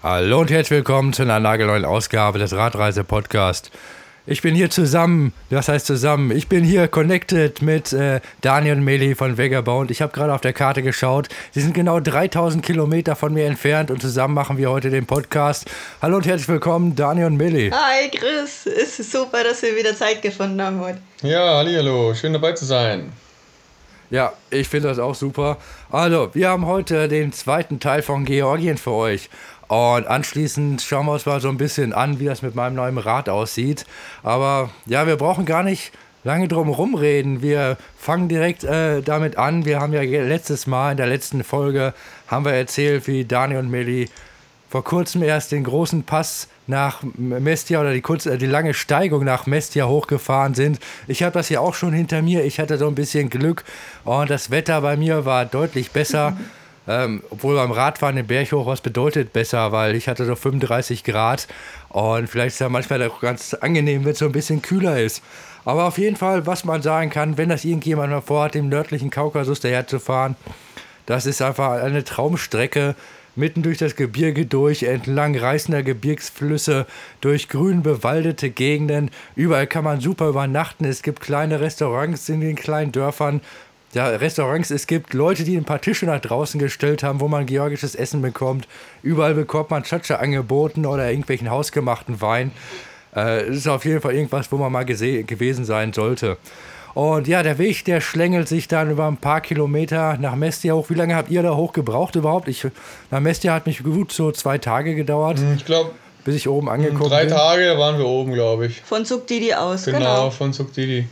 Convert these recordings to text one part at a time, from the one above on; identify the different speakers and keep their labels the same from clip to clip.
Speaker 1: Hallo und herzlich willkommen zu einer nagelneuen Ausgabe des Radreise-Podcasts. Ich bin hier zusammen, was heißt zusammen? Ich bin hier connected mit Daniel und Meli von Vagabond. Ich habe gerade auf der Karte geschaut. Sie sind genau 3000 Kilometer von mir entfernt und zusammen machen wir heute den Podcast. Hallo und herzlich willkommen, Daniel und Meli.
Speaker 2: Hi Chris, es ist super, dass wir wieder Zeit gefunden haben heute.
Speaker 3: Ja, hallihallo, schön dabei zu sein.
Speaker 1: Ja, ich finde das auch super. Also, wir haben heute den zweiten Teil von Georgien für euch. Und anschließend schauen wir uns mal so ein bisschen an, wie das mit meinem neuen Rad aussieht. Aber ja, wir brauchen gar nicht lange drum rumreden. Wir fangen direkt damit an. Wir haben ja letztes Mal, in der letzten Folge, haben wir erzählt, wie Dani und Meli vor kurzem erst den großen Pass nach Mestia oder die lange Steigung nach Mestia hochgefahren sind. Ich habe das ja auch schon hinter mir. Ich hatte so ein bisschen Glück und das Wetter bei mir war deutlich besser. Obwohl beim Radfahren den Berg hoch was bedeutet besser, weil ich hatte so 35 Grad und vielleicht ist ja manchmal auch ganz angenehm, wenn es so ein bisschen kühler ist. Aber auf jeden Fall, was man sagen kann, wenn das irgendjemand mal vorhat, im nördlichen Kaukasus daherzufahren, das ist einfach eine Traumstrecke, mitten durch das Gebirge durch, entlang reißender Gebirgsflüsse, durch grün bewaldete Gegenden. Überall kann man super übernachten. Es gibt kleine Restaurants in den kleinen Dörfern. Ja, Restaurants, es gibt Leute, die ein paar Tische nach draußen gestellt haben, wo man georgisches Essen bekommt. Überall bekommt man Chacha angeboten oder irgendwelchen hausgemachten Wein. Es ist auf jeden Fall irgendwas, wo man mal gewesen sein sollte. Und ja, der Weg, der schlängelt sich dann über ein paar Kilometer nach Mestia hoch. Wie lange habt ihr da hoch gebraucht überhaupt? Nach Mestia hat mich gut so 2 Tage gedauert.
Speaker 3: Ich glaube,
Speaker 1: bis ich oben angekommen bin.
Speaker 3: 3 Tage waren wir oben, glaube ich.
Speaker 2: Von Zugdidi aus,
Speaker 3: Genau, von Zugdidi.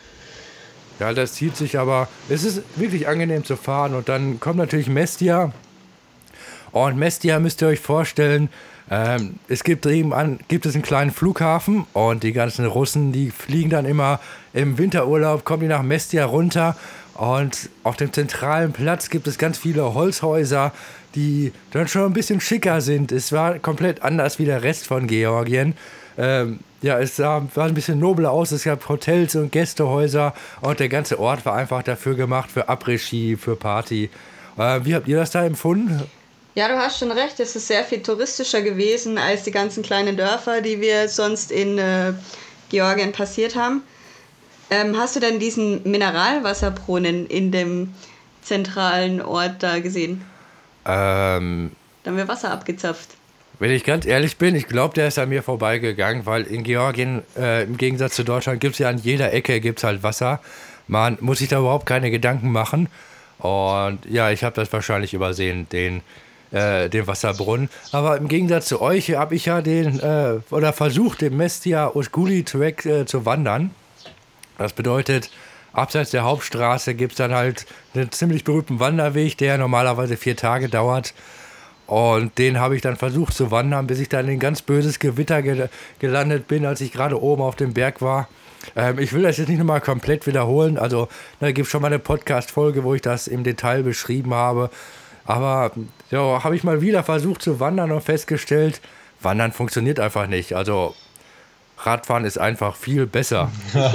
Speaker 1: Ja, das zieht sich, aber es ist wirklich angenehm zu fahren. Und dann kommt natürlich Mestia. Und Mestia müsst ihr euch vorstellen, es gibt es einen kleinen Flughafen und die ganzen Russen, die fliegen dann immer im Winterurlaub, kommen die nach Mestia runter. Und auf dem zentralen Platz gibt es ganz viele Holzhäuser, die dann schon ein bisschen schicker sind. Es war komplett anders wie der Rest von Georgien. Es sah ein bisschen nobler aus. Es gab Hotels und Gästehäuser und der ganze Ort war einfach dafür gemacht, für Après-Ski, für Party. Wie habt ihr das da empfunden?
Speaker 2: Ja, du hast schon recht. Es ist sehr viel touristischer gewesen als die ganzen kleinen Dörfer, die wir sonst in Georgien passiert haben. Hast du denn diesen Mineralwasserbrunnen in dem zentralen Ort da gesehen? Da haben wir Wasser abgezapft.
Speaker 1: Wenn ich ganz ehrlich bin, ich glaube, der ist an mir vorbeigegangen, weil in Georgien, im Gegensatz zu Deutschland, gibt es ja an jeder Ecke halt Wasser. Man muss sich da überhaupt keine Gedanken machen. Und ja, ich habe das wahrscheinlich übersehen, den Wasserbrunnen. Aber im Gegensatz zu euch habe ich ja versucht, den Mestia-Ozguli-Track zu wandern. Das bedeutet, abseits der Hauptstraße gibt es dann halt einen ziemlich berühmten Wanderweg, der normalerweise 4 Tage dauert. Und den habe ich dann versucht zu wandern, bis ich dann in ein ganz böses Gewitter gelandet bin, als ich gerade oben auf dem Berg war. Ich will das jetzt nicht nochmal komplett wiederholen. Also da gibt es schon mal eine Podcast-Folge, wo ich das im Detail beschrieben habe. Aber ja, habe ich mal wieder versucht zu wandern und festgestellt, Wandern funktioniert einfach nicht. Also Radfahren ist einfach viel besser.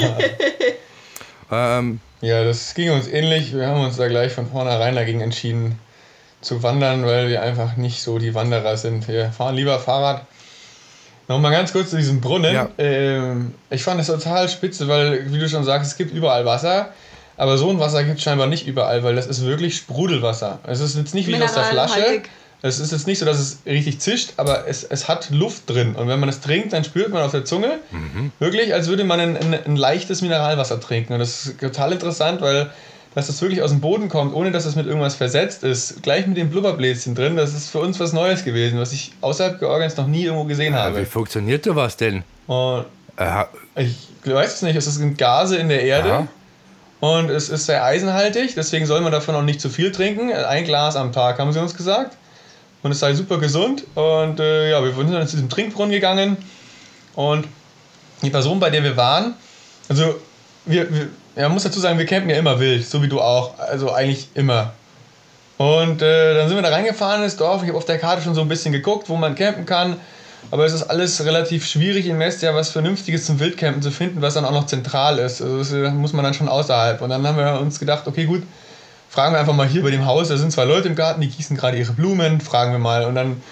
Speaker 3: Ja, das ging uns ähnlich. Wir haben uns da gleich von vornherein dagegen entschieden zu wandern, weil wir einfach nicht so die Wanderer sind. Wir fahren lieber Fahrrad. Nochmal ganz kurz zu diesem Brunnen. Ja. Ich fand es total spitze, weil, wie du schon sagst, es gibt überall Wasser. Aber so ein Wasser gibt es scheinbar nicht überall, weil das ist wirklich Sprudelwasser. Es ist jetzt nicht wie aus der Flasche. Es ist jetzt nicht so, dass es richtig zischt, aber es hat Luft drin. Und wenn man es trinkt, dann spürt man auf der Zunge wirklich, als würde man ein leichtes Mineralwasser trinken. Und das ist total interessant, weil dass das wirklich aus dem Boden kommt, ohne dass es mit irgendwas versetzt ist, gleich mit dem Blubberbläschen drin, das ist für uns was Neues gewesen, was ich außerhalb Georgiens noch nie irgendwo gesehen habe.
Speaker 1: Wie funktioniert sowas denn?
Speaker 3: Und ich weiß es nicht, es sind Gase in der Erde. Aha. Und es ist sehr eisenhaltig, deswegen soll man davon auch nicht zu viel trinken. 1 Glas am Tag, haben sie uns gesagt. Und es sei super gesund. Und wir sind dann zu diesem Trinkbrunnen gegangen. Und die Person, bei der wir waren, also man muss dazu sagen, wir campen ja immer wild, so wie du auch. Also eigentlich immer. Und dann sind wir da reingefahren ins Dorf. Ich habe auf der Karte schon so ein bisschen geguckt, wo man campen kann. Aber es ist alles relativ schwierig in Mestia, was Vernünftiges zum Wildcampen zu finden, was dann auch noch zentral ist. Also das muss man dann schon außerhalb. Und dann haben wir uns gedacht, okay gut, fragen wir einfach mal hier bei dem Haus. Da sind 2 Leute im Garten, die gießen gerade ihre Blumen, fragen wir mal. Und dann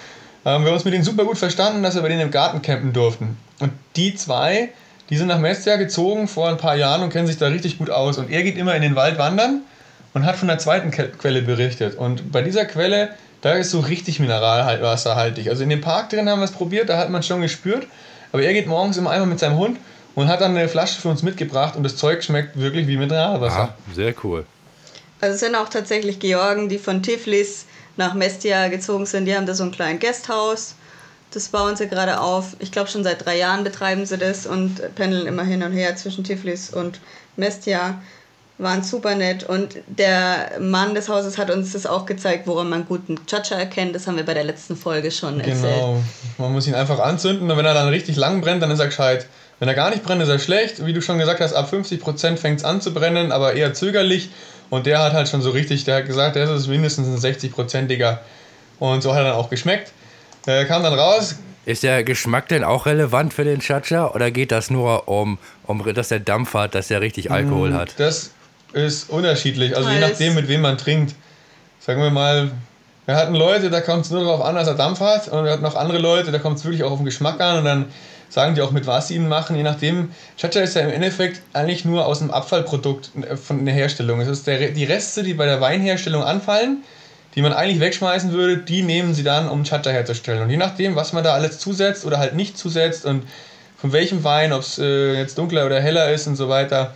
Speaker 3: haben wir uns mit denen super gut verstanden, dass wir bei denen im Garten campen durften. Und die zwei, die sind nach Mestia gezogen vor ein paar Jahren und kennen sich da richtig gut aus. Und er geht immer in den Wald wandern und hat von der zweiten Quelle berichtet. Und bei dieser Quelle, da ist so richtig mineralwasserhaltig. Also in dem Park drin haben wir es probiert, da hat man schon gespürt. Aber er geht morgens immer einmal mit seinem Hund und hat dann eine Flasche für uns mitgebracht und das Zeug schmeckt wirklich wie Mineralwasser.
Speaker 1: Ja, sehr cool.
Speaker 2: Also es sind auch tatsächlich Georgen, die von Tiflis nach Mestia gezogen sind. Die haben da so ein kleines Gasthaus. Das bauen sie gerade auf. Ich glaube, schon seit 3 Jahren betreiben sie das und pendeln immer hin und her zwischen Tiflis und Mestia. Waren super nett. Und der Mann des Hauses hat uns das auch gezeigt, woran man guten Chacha erkennt. Das haben wir bei der letzten Folge schon erzählt.
Speaker 3: Genau. Man muss ihn einfach anzünden und wenn er dann richtig lang brennt, dann ist er gescheit. Wenn er gar nicht brennt, ist er schlecht. Wie du schon gesagt hast, ab 50% fängt es an zu brennen, aber eher zögerlich. Und der hat halt schon so richtig, der hat gesagt, der ist mindestens ein 60%iger. Und so hat er dann auch geschmeckt. Kam dann raus.
Speaker 1: Ist der Geschmack denn auch relevant für den Chacha oder geht das nur um dass der Dampf hat, dass der richtig Alkohol hat?
Speaker 3: Das ist unterschiedlich, also je nachdem, mit wem man trinkt. Sagen wir mal, wir hatten Leute, da kommt es nur darauf an, dass er Dampf hat. Und wir hatten noch andere Leute, da kommt es wirklich auch auf den Geschmack an. Und dann sagen die auch, mit was sie ihn machen, je nachdem. Chacha ist ja im Endeffekt eigentlich nur aus einem Abfallprodukt von der Herstellung. Es ist die Reste, die bei der Weinherstellung anfallen, die man eigentlich wegschmeißen würde, die nehmen sie dann, um Chacha herzustellen. Und je nachdem, was man da alles zusetzt oder halt nicht zusetzt und von welchem Wein, ob es jetzt dunkler oder heller ist und so weiter,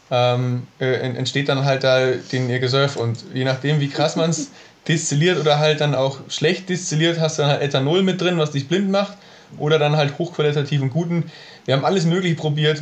Speaker 3: entsteht dann halt da ihr Gesöff. Und je nachdem, wie krass man es destilliert oder halt dann auch schlecht destilliert, hast du dann halt Ethanol mit drin, was dich blind macht. Oder dann halt hochqualitativen guten. Wir haben alles Mögliche probiert.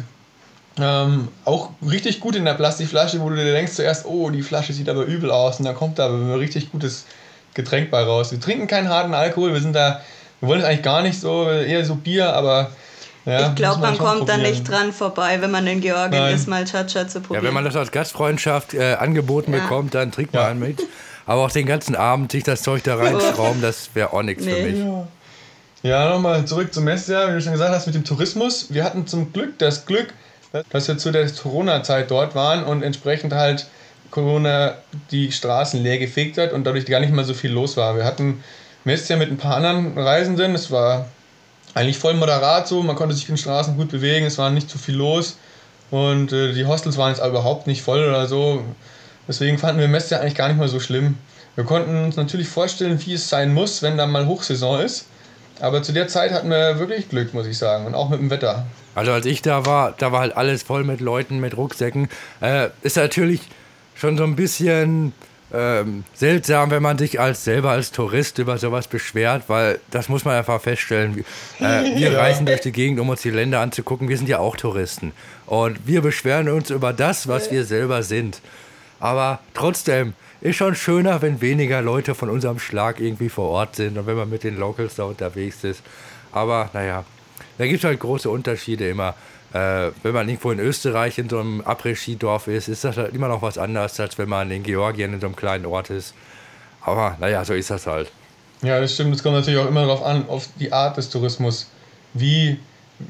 Speaker 3: Auch richtig gut in der Plastikflasche, wo du dir denkst zuerst, oh, die Flasche sieht aber übel aus. Und dann kommt da ein richtig gutes Getränk bei raus. Wir trinken keinen harten Alkohol. Wir wollen es eigentlich gar nicht so, eher so Bier, aber ja,
Speaker 2: ich glaube, man kommt
Speaker 3: probieren.
Speaker 2: Da nicht dran vorbei, wenn man in Georgien ist, mal Chacha zu probieren.
Speaker 1: Ja, wenn man das als Gastfreundschaft angeboten bekommt, dann trinkt man einen mit. Aber auch den ganzen Abend sich das Zeug da reinschrauben, das wäre auch nichts für mich.
Speaker 3: Ja, nochmal zurück zum Messia, wie du schon gesagt hast, mit dem Tourismus. Wir hatten zum Glück das Glück, dass wir zu der Corona-Zeit dort waren und entsprechend halt Corona die Straßen leer gefegt hat und dadurch gar nicht mal so viel los war. Wir hatten Messia mit ein paar anderen Reisenden, es war eigentlich voll moderat so, man konnte sich in den Straßen gut bewegen, es war nicht zu viel los und die Hostels waren jetzt überhaupt nicht voll oder so. Deswegen fanden wir Messia eigentlich gar nicht mal so schlimm. Wir konnten uns natürlich vorstellen, wie es sein muss, wenn da mal Hochsaison ist. Aber zu der Zeit hatten wir wirklich Glück, muss ich sagen. Und auch mit dem Wetter.
Speaker 1: Also als ich da war halt alles voll mit Leuten, mit Rucksäcken. Ist natürlich schon so ein bisschen seltsam, wenn man sich selber als Tourist über sowas beschwert, weil das muss man einfach feststellen. Wir reisen durch die Gegend, um uns die Länder anzugucken. Wir sind ja auch Touristen. Und wir beschweren uns über das, was wir selber sind. Aber trotzdem ist schon schöner, wenn weniger Leute von unserem Schlag irgendwie vor Ort sind und wenn man mit den Locals da unterwegs ist. Aber naja, da gibt es halt große Unterschiede immer. Wenn man irgendwo in Österreich in so einem Après-Ski-Dorf ist das halt immer noch was anderes, als wenn man in Georgien in so einem kleinen Ort ist. Aber naja, so ist das halt.
Speaker 3: Ja, das stimmt. Es kommt natürlich auch immer darauf an, auf die Art des Tourismus. Wie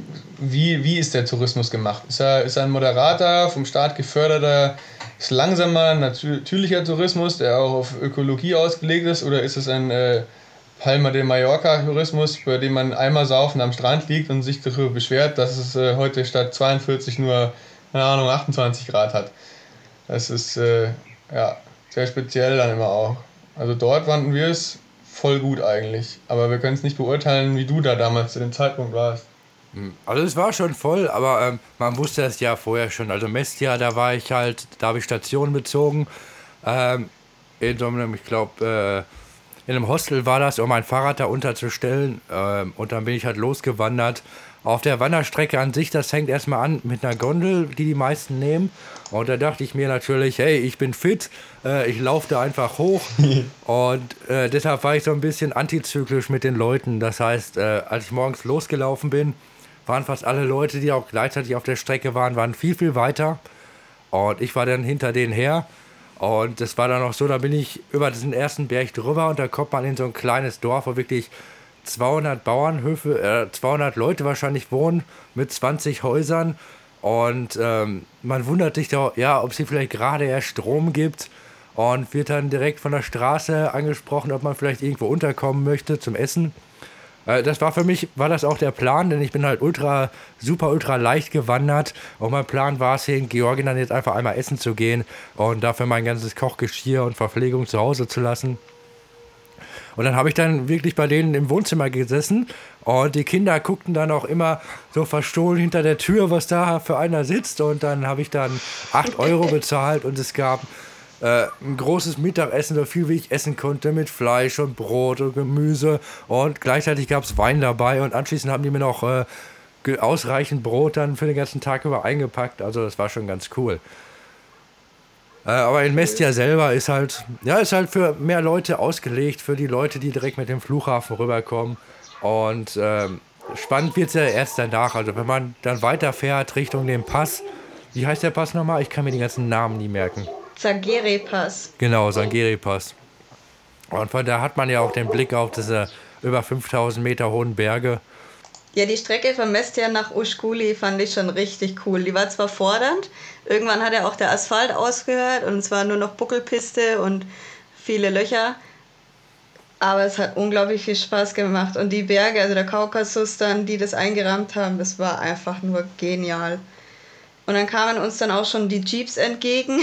Speaker 3: ist der Tourismus gemacht? Ist er ein moderater, vom Staat geförderter, ist langsamer, natürlicher Tourismus, der auch auf Ökologie ausgelegt ist? Oder ist es ein Palma de Mallorca Tourismus, bei dem man einmal saufen am Strand liegt und sich darüber beschwert, dass es heute statt 42 nur, keine Ahnung, 28 Grad hat? Das ist sehr speziell dann immer auch. Also dort fanden wir es voll gut eigentlich. Aber wir können es nicht beurteilen, wie du da damals zu dem Zeitpunkt warst.
Speaker 1: Also es war schon voll, aber man wusste es ja vorher schon. Also Mestia, da habe ich Station bezogen. In so einem, ich glaube, in einem Hostel war das, um mein Fahrrad da unterzustellen. Und dann bin ich halt losgewandert. Auf der Wanderstrecke an sich, das fängt erstmal an mit einer Gondel, die meisten nehmen. Und da dachte ich mir natürlich, hey, ich bin fit, ich laufe da einfach hoch. Und deshalb war ich so ein bisschen antizyklisch mit den Leuten. Das heißt, als ich morgens losgelaufen bin, waren fast alle Leute, die auch gleichzeitig auf der Strecke waren viel, viel weiter. Und ich war dann hinter denen her. Und das war dann auch so, da bin ich über diesen ersten Berg drüber und da kommt man in so ein kleines Dorf, wo wirklich 200 Bauernhöfe, 200 Leute wahrscheinlich wohnen mit 20 Häusern. Und man wundert sich da, ja, ob es hier vielleicht gerade erst Strom gibt. Und wird dann direkt von der Straße angesprochen, ob man vielleicht irgendwo unterkommen möchte zum Essen. Das war für mich, war das auch der Plan, denn ich bin halt ultra leicht gewandert und mein Plan war es, hier in Georgien dann jetzt einfach einmal essen zu gehen und dafür mein ganzes Kochgeschirr und Verpflegung zu Hause zu lassen. Und dann habe ich dann wirklich bei denen im Wohnzimmer gesessen und die Kinder guckten dann auch immer so verstohlen hinter der Tür, was da für einer sitzt. Und dann habe ich dann 8 Euro bezahlt und es gab ein großes Mittagessen, so viel wie ich essen konnte, mit Fleisch und Brot und Gemüse. Und gleichzeitig gab es Wein dabei und anschließend haben die mir noch ausreichend Brot dann für den ganzen Tag über eingepackt. Also das war schon ganz cool. Aber in Mestia selber ist halt für mehr Leute ausgelegt, für die Leute, die direkt mit dem Flughafen rüberkommen. Und spannend wird es ja erst danach. Also wenn man dann weiterfährt Richtung dem Pass. Wie heißt der Pass nochmal? Ich kann mir die ganzen Namen nie merken.
Speaker 2: Zagere-Pass.
Speaker 1: Genau, Zagere-Pass. Und von da hat man ja auch den Blick auf diese über 5000 Meter hohen Berge.
Speaker 2: Ja, die Strecke von Mestia nach Ushkuli fand ich schon richtig cool. Die war zwar fordernd, irgendwann hat ja auch der Asphalt ausgehört und es war nur noch Buckelpiste und viele Löcher. Aber es hat unglaublich viel Spaß gemacht. Und die Berge, also der Kaukasus dann, die das eingerammt haben, das war einfach nur genial. Und dann kamen uns dann auch schon die Jeeps entgegen.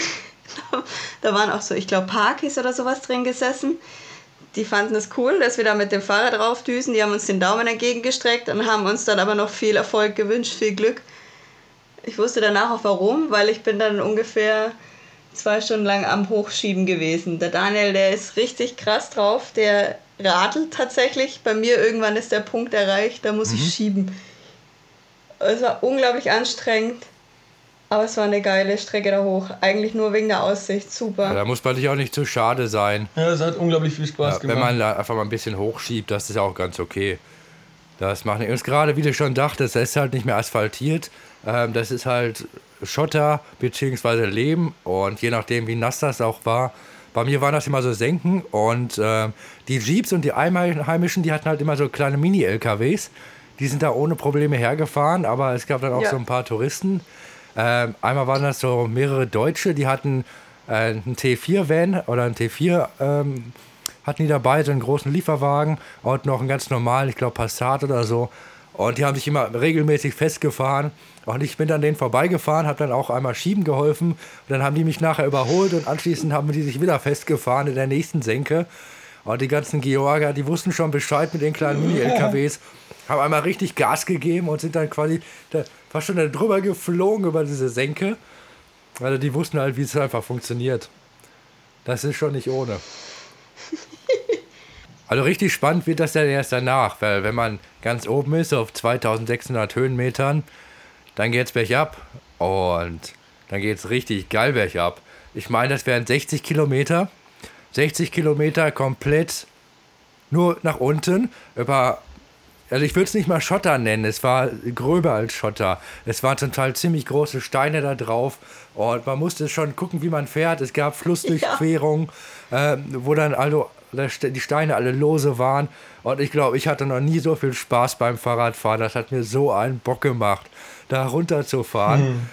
Speaker 2: Da waren auch so, ich glaube, Pakis oder sowas drin gesessen. Die fanden es cool, dass wir da mit dem Fahrrad draufdüsen. Die haben uns den Daumen entgegengestreckt und haben uns dann aber noch viel Erfolg gewünscht, viel Glück. Ich wusste danach auch warum, weil ich bin dann ungefähr 2 Stunden lang am Hochschieben gewesen. Der Daniel, der ist richtig krass drauf, der radelt tatsächlich. Bei mir irgendwann ist der Punkt erreicht, da muss ich schieben. Es war unglaublich anstrengend. Aber es war eine geile Strecke da hoch. Eigentlich nur wegen der Aussicht. Super.
Speaker 1: Ja, da muss man sich auch nicht zu schade sein.
Speaker 3: Ja, es hat unglaublich viel Spaß gemacht.
Speaker 1: Wenn man da einfach mal ein bisschen hochschiebt, das ist auch ganz okay. Das macht nichts. Gerade wie du schon dachtest, das ist halt nicht mehr asphaltiert. Das ist halt Schotter bzw. Lehm. Und je nachdem, wie nass das auch war. Bei mir waren das immer so Senken. Und die Jeeps und die Einheimischen, die hatten halt immer so kleine Mini-LKWs. Die sind da ohne Probleme hergefahren. Aber es gab dann auch so ein paar Touristen. Einmal waren das so mehrere Deutsche, die hatten einen T4-Van oder einen T4 hatten die dabei, so einen großen Lieferwagen und noch einen ganz normalen, ich glaube Passat oder so. Und die haben sich immer regelmäßig festgefahren. Und ich bin dann denen vorbeigefahren, habe dann auch einmal schieben geholfen. Und dann haben die mich nachher überholt und anschließend haben die sich wieder festgefahren in der nächsten Senke. Und die ganzen Georger, die wussten schon Bescheid mit den kleinen Mini-LKWs, haben einmal richtig Gas gegeben und sind dann quasi fast schon drüber geflogen über diese Senke. Also die wussten halt, wie es einfach funktioniert. Das ist schon nicht ohne. Also richtig spannend wird das dann erst danach, weil wenn man ganz oben ist, auf 2600 Höhenmetern, dann geht's bergab und dann geht's richtig geil bergab. Ich meine, das wären 60 Kilometer. 60 Kilometer komplett nur nach unten also ich würde es nicht mal Schotter nennen, es war gröber als Schotter. Es waren zum Teil ziemlich große Steine da drauf und man musste schon gucken, wie man fährt. Es gab Flussdurchquerungen, wo dann also die Steine alle lose waren. Und ich glaube, ich hatte noch nie so viel Spaß beim Fahrradfahren. Das hat mir so einen Bock gemacht, da runterzufahren.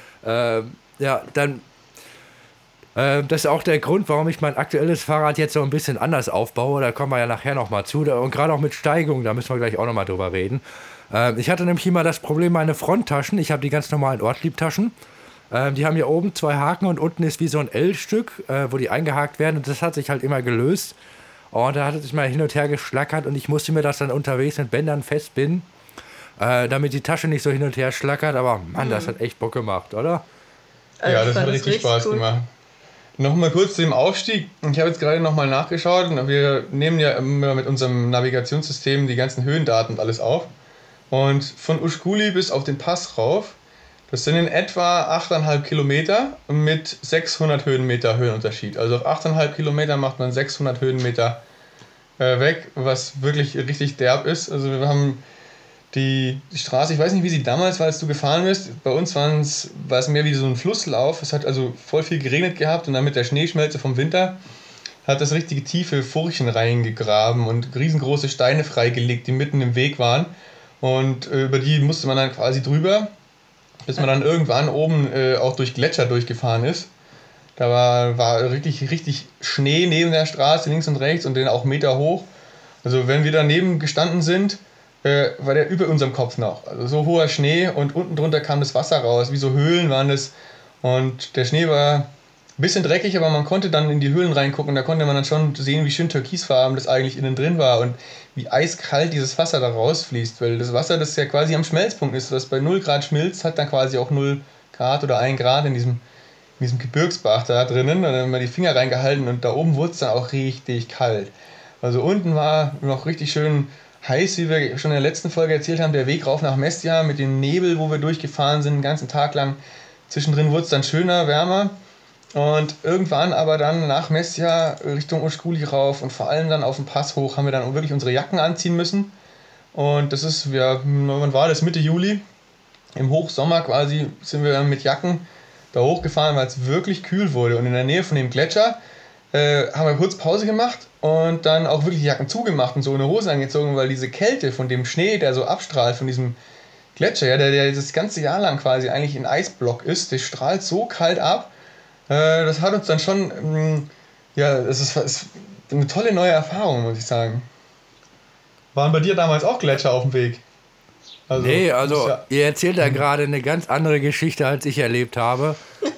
Speaker 1: Das ist auch der Grund, warum ich mein aktuelles Fahrrad jetzt so ein bisschen anders aufbaue. Da kommen wir ja nachher nochmal zu. Und gerade auch mit Steigung, da müssen wir gleich auch nochmal drüber reden. Ich hatte nämlich immer das Problem, meine Fronttaschen, ich habe die ganz normalen Ortlieb-Taschen. Die haben hier oben 2 Haken und unten ist wie so ein L-Stück, wo die eingehakt werden. Und das hat sich halt immer gelöst. Und da hat es mal hin und her geschlackert und ich musste mir das dann unterwegs mit Bändern festbinden, damit die Tasche nicht so hin und her schlackert. Aber Mann, das hat echt Bock gemacht, oder?
Speaker 3: Ja, das hat richtig Spaß gemacht. Nochmal kurz zu dem Aufstieg. Ich habe jetzt gerade nochmal nachgeschaut und wir nehmen ja immer mit unserem Navigationssystem die ganzen Höhendaten und alles auf. Und von Ushkuli bis auf den Pass rauf, das sind in etwa 8,5 Kilometer mit 600 Höhenmeter Höhenunterschied. Also auf 8,5 Kilometer macht man 600 Höhenmeter weg, was wirklich richtig derb ist. Also wir haben die Straße, ich weiß nicht, wie sie damals war, als du gefahren bist. Bei uns war es mehr wie so ein Flusslauf. Es hat also voll viel geregnet gehabt und dann mit der Schneeschmelze vom Winter hat das richtige tiefe Furchen reingegraben und riesengroße Steine freigelegt, die mitten im Weg waren. Und über die musste man dann quasi drüber, bis man dann irgendwann oben auch durch Gletscher durchgefahren ist. Da war richtig Schnee neben der Straße, links und rechts und den auch Meter hoch. Also wenn wir daneben gestanden sind, war der über unserem Kopf noch. Also so hoher Schnee und unten drunter kam das Wasser raus, wie so Höhlen waren das. Und der Schnee war ein bisschen dreckig, aber man konnte dann in die Höhlen reingucken. Da konnte man dann schon sehen, wie schön türkisfarben das eigentlich innen drin war und wie eiskalt dieses Wasser da rausfließt. Weil das Wasser, das ja quasi am Schmelzpunkt ist, was bei 0 Grad schmilzt, hat dann quasi auch 0 Grad oder 1 Grad in diesem Gebirgsbach da drinnen. Dann haben wir die Finger reingehalten und da oben wurde es dann auch richtig kalt. Also unten war noch richtig schön heiß, wie wir schon in der letzten Folge erzählt haben, der Weg rauf nach Mestia mit dem Nebel, wo wir durchgefahren sind, den ganzen Tag lang. Zwischendrin wurde es dann schöner, wärmer. Und irgendwann aber dann nach Mestia Richtung Uschkuli rauf und vor allem dann auf den Pass hoch haben wir dann wirklich unsere Jacken anziehen müssen. Und das ist, wann war das? Mitte Juli. Im Hochsommer quasi sind wir dann mit Jacken da hochgefahren, weil es wirklich kühl wurde. Und in der Nähe von dem Gletscher haben wir kurz Pause gemacht und dann auch wirklich die Jacken zugemacht und so eine Hose angezogen, weil diese Kälte von dem Schnee, der so abstrahlt von diesem Gletscher, ja, der das ganze Jahr lang quasi eigentlich ein Eisblock ist, der strahlt so kalt ab. Das hat uns dann schon, es ist eine tolle neue Erfahrung, muss ich sagen. Waren bei dir damals auch Gletscher auf dem Weg?
Speaker 1: Ihr erzählt ja gerade eine ganz andere Geschichte, als ich erlebt habe.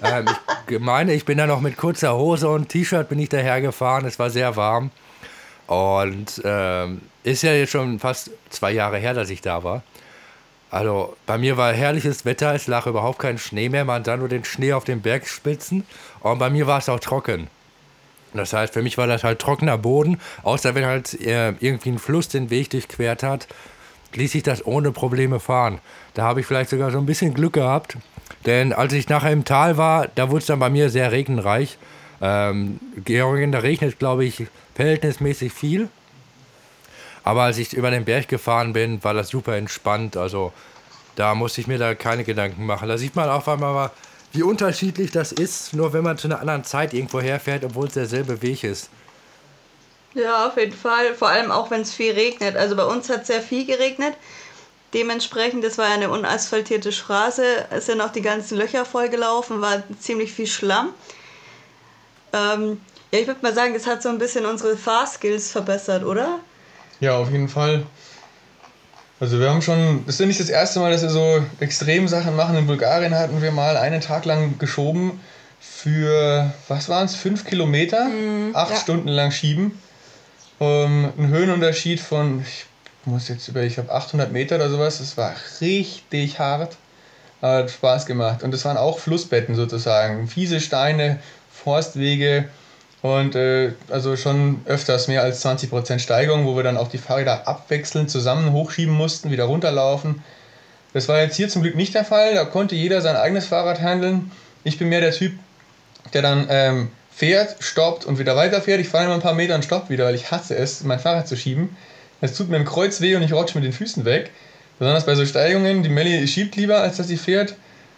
Speaker 1: Ich bin da noch mit kurzer Hose und T-Shirt bin ich dahergefahren, es war sehr warm. Und ist ja jetzt schon fast 2 Jahre her, dass ich da war. Also bei mir war herrliches Wetter, es lag überhaupt kein Schnee mehr, man sah nur den Schnee auf den Bergspitzen. Und bei mir war es auch trocken. Das heißt, für mich war das halt trockener Boden, außer wenn halt irgendwie ein Fluss den Weg durchquert hat, ließ ich das ohne Probleme fahren. Da habe ich vielleicht sogar so ein bisschen Glück gehabt, denn als ich nachher im Tal war, da wurde es dann bei mir sehr regenreich. Georgien, da regnet, glaube ich, verhältnismäßig viel. Aber als ich über den Berg gefahren bin, war das super entspannt. Also da musste ich mir da keine Gedanken machen. Da sieht man auf einmal mal, wie unterschiedlich das ist, nur wenn man zu einer anderen Zeit irgendwo herfährt, obwohl es derselbe Weg ist.
Speaker 2: Ja, auf jeden Fall. Vor allem auch, wenn es viel regnet. Also bei uns hat sehr viel geregnet. Dementsprechend, das war ja eine unasphaltierte Straße. Es sind auch die ganzen Löcher vollgelaufen, war ziemlich viel Schlamm. Ich würde mal sagen, das hat so ein bisschen unsere Fahrskills verbessert, oder?
Speaker 3: Ja, auf jeden Fall. Also wir haben schon, das ist ja nicht das erste Mal, dass wir so Extremsachen machen. In Bulgarien hatten wir mal einen Tag lang geschoben für, 5 Kilometer, 8 Stunden lang schieben. Ein Höhenunterschied von, ich glaube 800 Meter oder sowas. Das war richtig hart, hat Spaß gemacht. Und das waren auch Flussbetten sozusagen, fiese Steine, Forstwege. Und also schon öfters mehr als 20% Steigung, wo wir dann auch die Fahrräder abwechselnd zusammen hochschieben mussten, wieder runterlaufen. Das war jetzt hier zum Glück nicht der Fall, da konnte jeder sein eigenes Fahrrad handeln. Ich bin mehr der Typ, der dann fährt, stoppt und wieder weiterfährt. Ich fahre immer ein paar Meter und stopp wieder, weil ich hasse es, mein Fahrrad zu schieben. Es tut mir im Kreuz weh und ich rutsche mit den Füßen weg. Besonders bei so Steigungen, die Melli schiebt lieber, als dass sie fährt.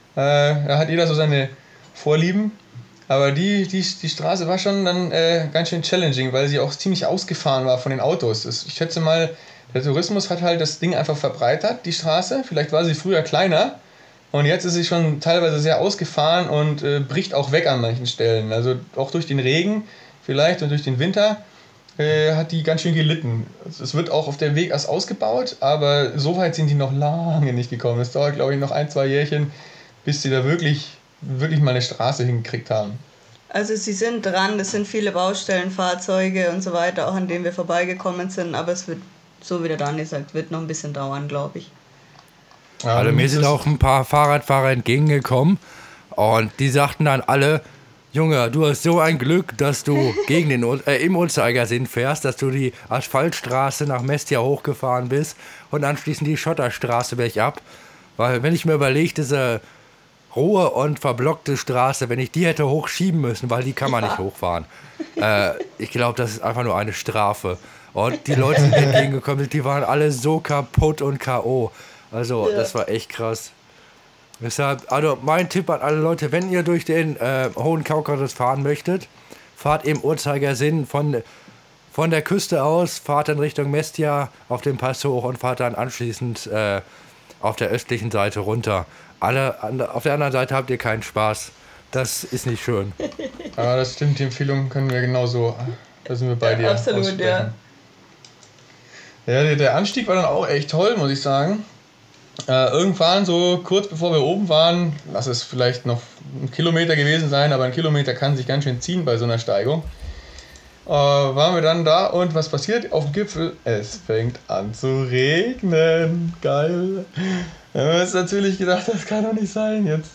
Speaker 3: Da hat jeder so seine Vorlieben. Aber die Straße war schon dann ganz schön challenging, weil sie auch ziemlich ausgefahren war von den Autos. Ich schätze mal, der Tourismus hat halt das Ding einfach verbreitert, die Straße. Vielleicht war sie früher kleiner und jetzt ist sie schon teilweise sehr ausgefahren und bricht auch weg an manchen Stellen. Also auch durch den Regen vielleicht und durch den Winter hat die ganz schön gelitten. Es wird auch auf der Weg erst ausgebaut, aber so weit sind die noch lange nicht gekommen. Es dauert, glaube ich, noch 1-2 Jährchen, bis sie da wirklich mal eine Straße hingekriegt haben.
Speaker 2: Also sie sind dran, es sind viele Baustellen, Fahrzeuge und so weiter, auch an denen wir vorbeigekommen sind, aber es wird, so wie der Daniel sagt, wird noch ein bisschen dauern, glaube ich.
Speaker 1: Also mir sind auch ein paar Fahrradfahrer entgegengekommen und die sagten dann alle, Junge, du hast so ein Glück, dass du im Uhrzeigersinn fährst, dass du die Asphaltstraße nach Mestia hochgefahren bist und anschließend die Schotterstraße bergab. Weil wenn ich mir überlege, diese rohe und verblockte Straße, wenn ich die hätte hochschieben müssen, weil die kann man nicht hochfahren. Ich glaube, das ist einfach nur eine Strafe. Und die Leute, die entgegengekommen sind, die waren alle so kaputt und K.O. Also, das war echt krass. Deshalb, also mein Tipp an alle Leute, wenn ihr durch den Hohen Kaukasus fahren möchtet, fahrt im Uhrzeigersinn von der Küste aus, fahrt dann Richtung Mestia auf den Pass hoch und fahrt dann anschließend auf der östlichen Seite runter. Auf der anderen Seite habt ihr keinen Spaß. Das ist nicht schön.
Speaker 3: Aber das stimmt, die Empfehlung können wir genauso, da sind wir bei dir.
Speaker 2: Absolut,
Speaker 3: aussprechen. Ja, der Anstieg war dann auch echt toll, muss ich sagen. Irgendwann, so kurz bevor wir oben waren, lass es vielleicht noch 1 Kilometer gewesen sein, aber 1 Kilometer kann sich ganz schön ziehen bei so einer Steigung. Waren wir dann da und was passiert auf dem Gipfel? Es fängt an zu regnen. Geil. Wir haben uns natürlich gedacht, das kann doch nicht sein jetzt.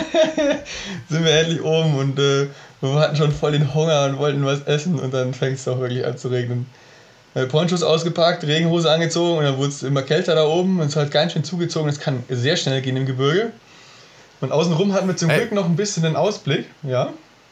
Speaker 3: Sind wir endlich oben und wir hatten schon voll den Hunger und wollten was essen und dann fängt es doch wirklich an zu regnen. Ponchos ausgepackt, Regenhose angezogen und dann wurde es immer kälter da oben und es hat ganz schön zugezogen. Es kann sehr schnell gehen im Gebirge. Und außenrum hatten wir zum Glück noch ein bisschen den Ausblick, ja.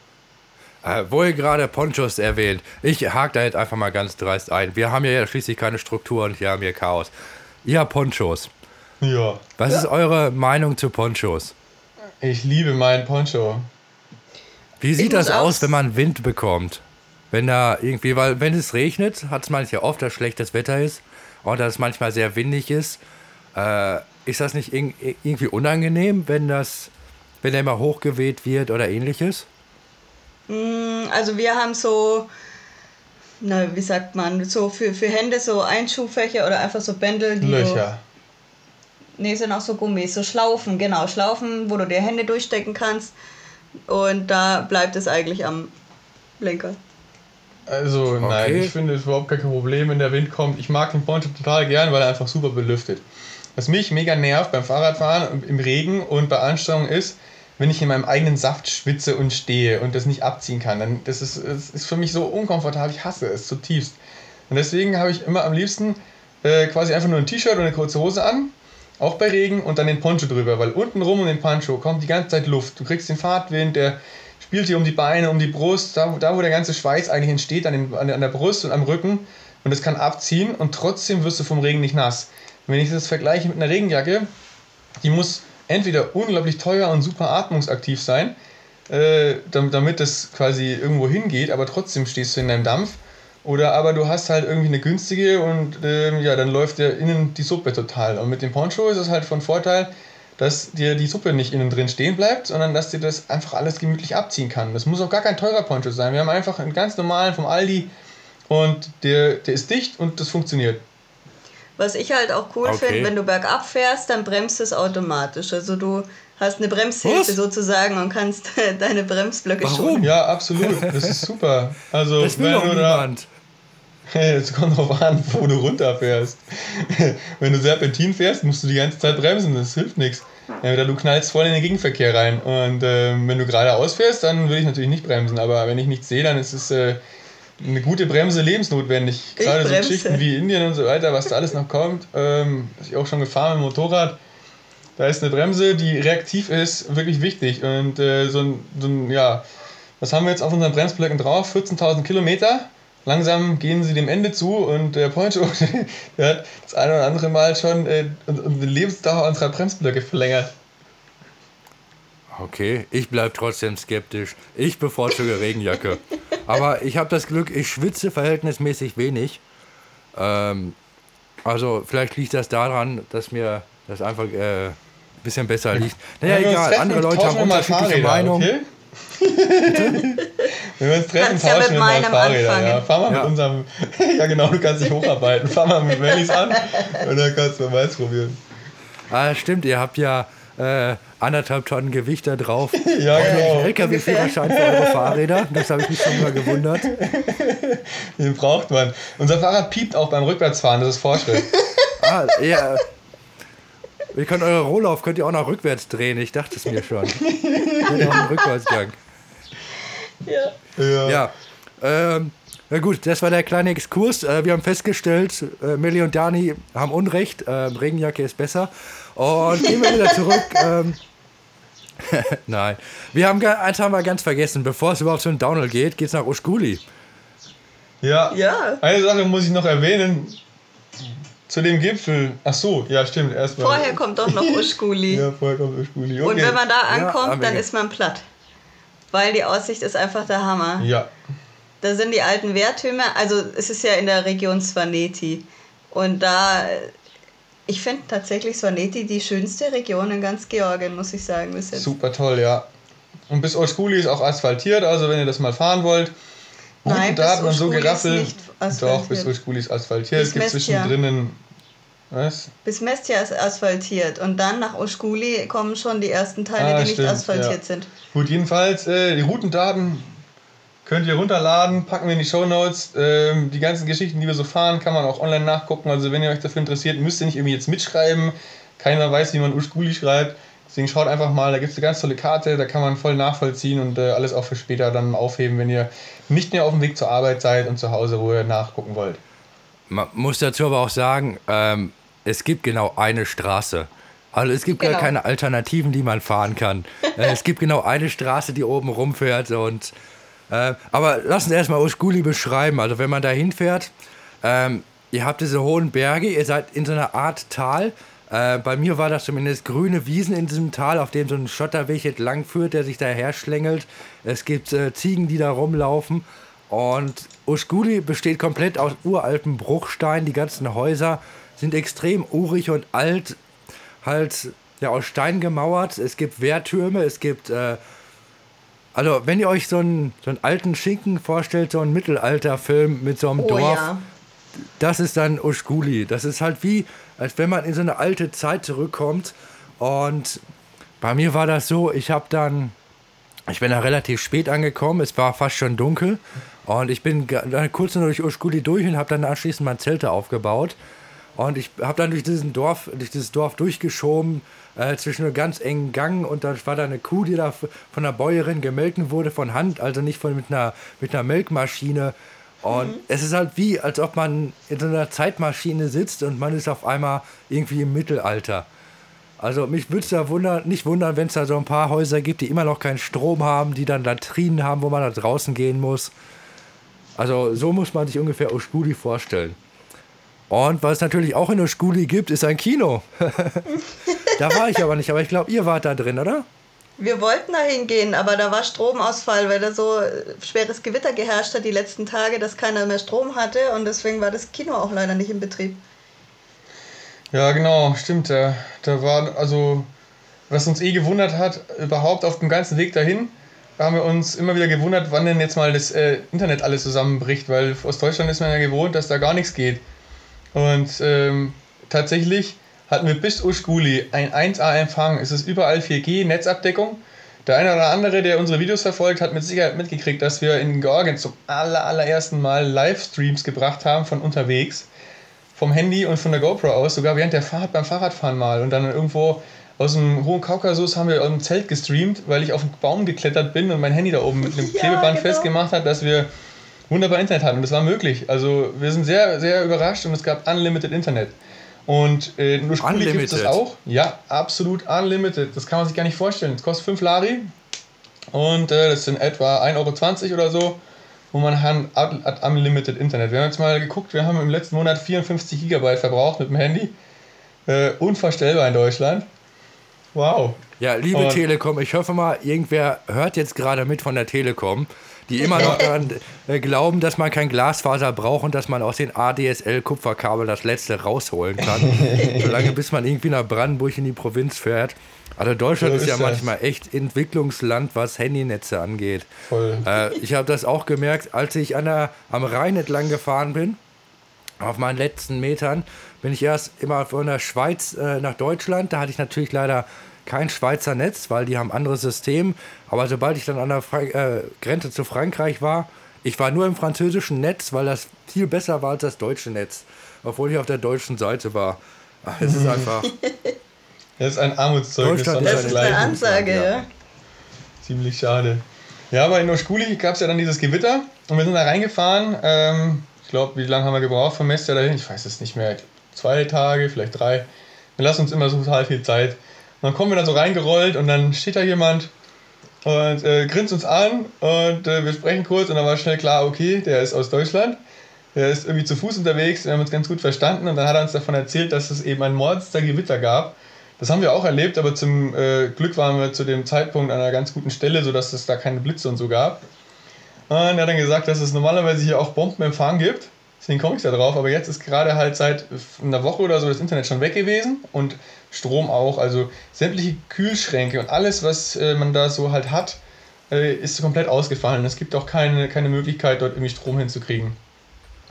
Speaker 1: Wo ihr gerade Ponchos erwähnt, ich hake da jetzt einfach mal ganz dreist ein. Wir haben ja schließlich keine Struktur und wir haben hier Chaos. Ihr habt Ponchos.
Speaker 3: Ja.
Speaker 1: Was ist eure Meinung zu Ponchos?
Speaker 3: Ich liebe meinen Poncho.
Speaker 1: Wie sieht das aus, wenn man Wind bekommt? Wenn da irgendwie, weil wenn es regnet, hat es manchmal oft, dass schlechtes Wetter ist und dass es manchmal sehr windig ist. Ist das nicht irgendwie unangenehm, wenn der immer hochgeweht wird oder ähnliches?
Speaker 2: Also wir haben so, wie sagt man, so für Hände so Einschubfächer oder einfach so Bändel, die
Speaker 3: Löcher.
Speaker 2: Sind auch so Gummis, so Schlaufen, genau, Schlaufen, wo du dir Hände durchstecken kannst und da bleibt es eigentlich am Lenker.
Speaker 3: Also nein, ich finde es überhaupt kein Problem, wenn der Wind kommt. Ich mag den Poncho total gern, weil er einfach super belüftet. Was mich mega nervt beim Fahrradfahren im Regen und bei Anstrengung ist, wenn ich in meinem eigenen Saft schwitze und stehe und das nicht abziehen kann. Dann das ist für mich so unkomfortabel, ich hasse es zutiefst. Und deswegen habe ich immer am liebsten quasi einfach nur ein T-Shirt und eine kurze Hose an, auch bei Regen, und dann den Poncho drüber, weil unten rum um den Poncho kommt die ganze Zeit Luft. Du kriegst den Fahrtwind, der spielt dir um die Beine, um die Brust, da wo der ganze Schweiß eigentlich entsteht, an der Brust und am Rücken, und das kann abziehen und trotzdem wirst du vom Regen nicht nass. Und wenn ich das vergleiche mit einer Regenjacke, die muss entweder unglaublich teuer und super atmungsaktiv sein, damit das quasi irgendwo hingeht, aber trotzdem stehst du in deinem Dampf, oder aber du hast halt irgendwie eine günstige und dann läuft dir innen die Suppe total. Und mit dem Poncho ist es halt von Vorteil, dass dir die Suppe nicht innen drin stehen bleibt, sondern dass dir das einfach alles gemütlich abziehen kann. Das muss auch gar kein teurer Poncho sein. Wir haben einfach einen ganz normalen vom Aldi und der ist dicht und das funktioniert.
Speaker 2: Was ich halt auch cool finde, wenn du bergab fährst, dann bremst es automatisch. Also du hast eine Bremshilfe sozusagen und kannst deine Bremsblöcke schonen.
Speaker 3: Ja, absolut. Das ist super. Also,
Speaker 1: das will doch niemand.
Speaker 3: Es kommt drauf an, wo du runterfährst. Wenn du Serpentin fährst, musst du die ganze Zeit bremsen. Das hilft nichts. Du knallst voll in den Gegenverkehr rein. Und wenn du geradeaus fährst, dann würde ich natürlich nicht bremsen. Aber wenn ich nichts sehe, dann ist es eine gute Bremse lebensnotwendig. Gerade so Geschichten wie Indien und so weiter, was da alles noch kommt. Ich auch schon gefahren mit dem Motorrad. Da ist eine Bremse, die reaktiv ist, wirklich wichtig. Und was haben wir jetzt auf unseren Bremsblöcken drauf? 14.000 Kilometer. Langsam gehen sie dem Ende zu und der Poncho, der hat das eine oder andere Mal schon die Lebensdauer unserer Bremsblöcke verlängert.
Speaker 1: Okay, ich bleibe trotzdem skeptisch. Ich bevorzuge Regenjacke. Aber ich habe das Glück, ich schwitze verhältnismäßig wenig. Also vielleicht liegt das daran, dass mir das einfach ein bisschen besser liegt. Naja, egal, andere Leute haben unterschiedliche Meinungen. Okay?
Speaker 3: Wenn wir uns treffen, tauschen wir mal Fahrräder. Ja. Fahr mal mit unserem... Ja genau, du kannst dich hocharbeiten. Fahr mal mit Wellis an und dann kannst du mal probieren.
Speaker 1: Ah, stimmt, ihr habt ja 1,5 Tonnen Gewicht da drauf.
Speaker 3: Ja, genau.
Speaker 1: LKW-Führerschein für eure Fahrräder, das habe ich mich schon mal gewundert.
Speaker 3: Den braucht man. Unser Fahrrad piept auch beim Rückwärtsfahren, das ist Vorschrift.
Speaker 1: Ja. Ihr könnt eure Rollauf könnt ihr auch noch rückwärts drehen, ich dachte es mir schon. Mit auch einen Rückwärtsgang. Ja. Na gut, das war der kleine Exkurs. Wir haben festgestellt, Milli und Dani haben Unrecht, Regenjacke ist besser. Und gehen wir wieder zurück. Nein, eins haben wir ganz vergessen. Bevor es überhaupt zu einem Downhill geht, geht's nach Uskuli.
Speaker 3: Ja, eine Sache muss ich noch erwähnen. Zu dem Gipfel, ach so, ja stimmt, erstmal.
Speaker 2: Vorher kommt doch noch Uskuli.
Speaker 3: Ja, vorher kommt Uskuli. Okay.
Speaker 2: Und wenn man da ankommt, dann ist man platt. Weil die Aussicht ist einfach der Hammer.
Speaker 3: Ja.
Speaker 2: Da sind die alten Wehrtürme, also es ist ja in der Region Svaneti. Und ich finde tatsächlich Svaneti die schönste Region in ganz Georgien, muss ich sagen. Bis jetzt.
Speaker 3: Super toll, ja. Und bis Uskuli ist auch asphaltiert, also wenn ihr das mal fahren wollt.
Speaker 2: Nein,
Speaker 3: da hat man so geraffelt.
Speaker 2: asphaltiert.
Speaker 3: Doch, bis Uschkuli ist asphaltiert.
Speaker 2: Bis
Speaker 3: Es gibt
Speaker 2: Mestia.
Speaker 3: zwischendrin. Was?
Speaker 2: Bis Mestia ist asphaltiert und dann nach Uschkuli kommen schon die ersten Teile, die nicht
Speaker 3: Stimmt,
Speaker 2: asphaltiert
Speaker 3: ja.
Speaker 2: sind.
Speaker 3: Gut, jedenfalls, die Routendaten könnt ihr runterladen, packen wir in die Shownotes. Die ganzen Geschichten, die wir so fahren, kann man auch online nachgucken. Also wenn ihr euch dafür interessiert, müsst ihr nicht irgendwie jetzt mitschreiben. Keiner weiß, wie man Uschkuli schreibt. Deswegen schaut einfach mal, da gibt es eine ganz tolle Karte, da kann man voll nachvollziehen und alles auch für später dann aufheben, wenn ihr nicht mehr auf dem Weg zur Arbeit seid und zu Hause, wo ihr nachgucken wollt.
Speaker 1: Man muss dazu aber auch sagen, es gibt genau eine Straße. Also es gibt gar keine Alternativen, die man fahren kann. Es gibt genau eine Straße, die oben rumfährt. Und, aber lass uns erstmal Uschkuli beschreiben. Also wenn man da hinfährt, ihr habt diese hohen Berge, ihr seid in so einer Art Tal. Bei mir war das zumindest grüne Wiesen in diesem Tal, auf dem so ein Schotterweg entlang führt, der sich daher schlängelt. Es gibt Ziegen, die da rumlaufen. Und Uschkuli besteht komplett aus uraltem Bruchstein. Die ganzen Häuser sind extrem urig und alt, halt ja, aus Stein gemauert. Es gibt Wehrtürme, es gibt, also wenn ihr euch so einen alten Schinken vorstellt, so einen Mittelalterfilm mit so einem Dorf,
Speaker 2: Ja.
Speaker 1: das ist dann Uschkuli. Das ist halt wie, als wenn man in so eine alte Zeit zurückkommt. Und bei mir war das so, ich bin da relativ spät angekommen, es war fast schon dunkel. Und ich bin dann kurz nur durch Uschkuli durch und habe dann anschließend mein Zelte aufgebaut. Und ich habe dann durch dieses Dorf durchgeschoben, zwischen einem ganz engen Gang. Und dann war da eine Kuh, die da von der Bäuerin gemolken wurde, von Hand, also nicht mit einer Melkmaschine. Und es ist halt wie, als ob man in so einer Zeitmaschine sitzt und man ist auf einmal irgendwie im Mittelalter. Also mich würde es da nicht wundern, wenn es da so ein paar Häuser gibt, die immer noch keinen Strom haben, die dann Latrinen haben, wo man da draußen gehen muss. Also so muss man sich ungefähr Uschkuli vorstellen. Und was es natürlich auch in Uschkuli gibt, ist ein Kino. Da war ich aber nicht, aber ich glaube, ihr wart da drin, oder?
Speaker 2: Wir wollten da hingehen, aber da war Stromausfall, weil da so schweres Gewitter geherrscht hat die letzten Tage, dass keiner mehr Strom hatte und deswegen war das Kino auch leider nicht in Betrieb.
Speaker 3: Ja, genau, stimmt. Da war, also, was uns gewundert hat, überhaupt auf dem ganzen Weg dahin, haben wir uns immer wieder gewundert, wann denn jetzt mal das Internet alles zusammenbricht, weil aus Deutschland ist man ja gewohnt, dass da gar nichts geht. Und tatsächlich hatten wir bis Uschkuli ein 1A-Empfang. Es ist überall 4G-Netzabdeckung. Der eine oder andere, der unsere Videos verfolgt, hat mit Sicherheit mitgekriegt, dass wir in Georgien zum allerersten Mal Livestreams gebracht haben von unterwegs. Vom Handy und von der GoPro aus, sogar während der Fahrt beim Fahrradfahren mal. Und dann irgendwo aus dem Hohen Kaukasus haben wir aus dem Zelt gestreamt, weil ich auf einen Baum geklettert bin und mein Handy da oben mit einem Klebeband festgemacht hat, dass wir wunderbar Internet hatten. Und das war möglich. Also wir sind sehr, sehr überrascht und es gab Unlimited Internet. Und in Uschkuli gibt es das auch. Ja, absolut unlimited. Das kann man sich gar nicht vorstellen. Es kostet 5 Lari und das sind etwa 1,20 € oder so, wo man hat unlimited Internet. Wir haben jetzt mal geguckt, wir haben im letzten Monat 54 GB verbraucht mit dem Handy. Unvorstellbar in Deutschland. Wow.
Speaker 1: Ja, liebe Telekom, ich hoffe mal, irgendwer hört jetzt gerade mit von der Telekom, die immer noch daran glauben, dass man kein Glasfaser braucht und dass man aus den ADSL-Kupferkabel das letzte rausholen kann. Solange bis man irgendwie nach Brandenburg in die Provinz fährt. Also Deutschland ist ja manchmal echt Entwicklungsland, was Handynetze angeht.
Speaker 3: Voll.
Speaker 1: Ich habe das auch gemerkt, als ich am Rhein entlang gefahren bin, auf meinen letzten Metern, bin ich erst immer von der Schweiz nach Deutschland. Da hatte ich natürlich leider kein Schweizer Netz, weil die haben ein anderes System. Aber sobald ich dann an der Grenze zu Frankreich war, ich war nur im französischen Netz, weil das viel besser war als das deutsche Netz. Obwohl ich auf der deutschen Seite war. Es ist einfach...
Speaker 3: Das ist ein Armutszeugnis.
Speaker 2: Das ist eine Ansage, ja.
Speaker 3: Ziemlich schade. Ja, aber in Uschkuli gab es ja dann dieses Gewitter und wir sind da reingefahren. Ich glaube, wie lange haben wir gebraucht von Mestia dahin? Ich weiß es nicht mehr. 2 Tage, vielleicht 3. Wir lassen uns immer so total viel Zeit. Und dann kommen wir da so reingerollt und dann steht da jemand und grinst uns an und wir sprechen kurz und dann war schnell klar, okay, der ist aus Deutschland. Der ist irgendwie zu Fuß unterwegs, wir haben uns ganz gut verstanden und dann hat er uns davon erzählt, dass es eben ein Monstergewitter gab. Das haben wir auch erlebt, aber zum Glück waren wir zu dem Zeitpunkt an einer ganz guten Stelle, sodass es da keine Blitze und so gab. Und er hat dann gesagt, dass es normalerweise hier auch Bombenempfang gibt. Deswegen komme ich da drauf, aber jetzt ist gerade halt seit einer Woche oder so das Internet schon weg gewesen und Strom auch. Also sämtliche Kühlschränke und alles, was man da so halt hat, ist komplett ausgefallen. Es gibt auch keine Möglichkeit, dort irgendwie Strom hinzukriegen.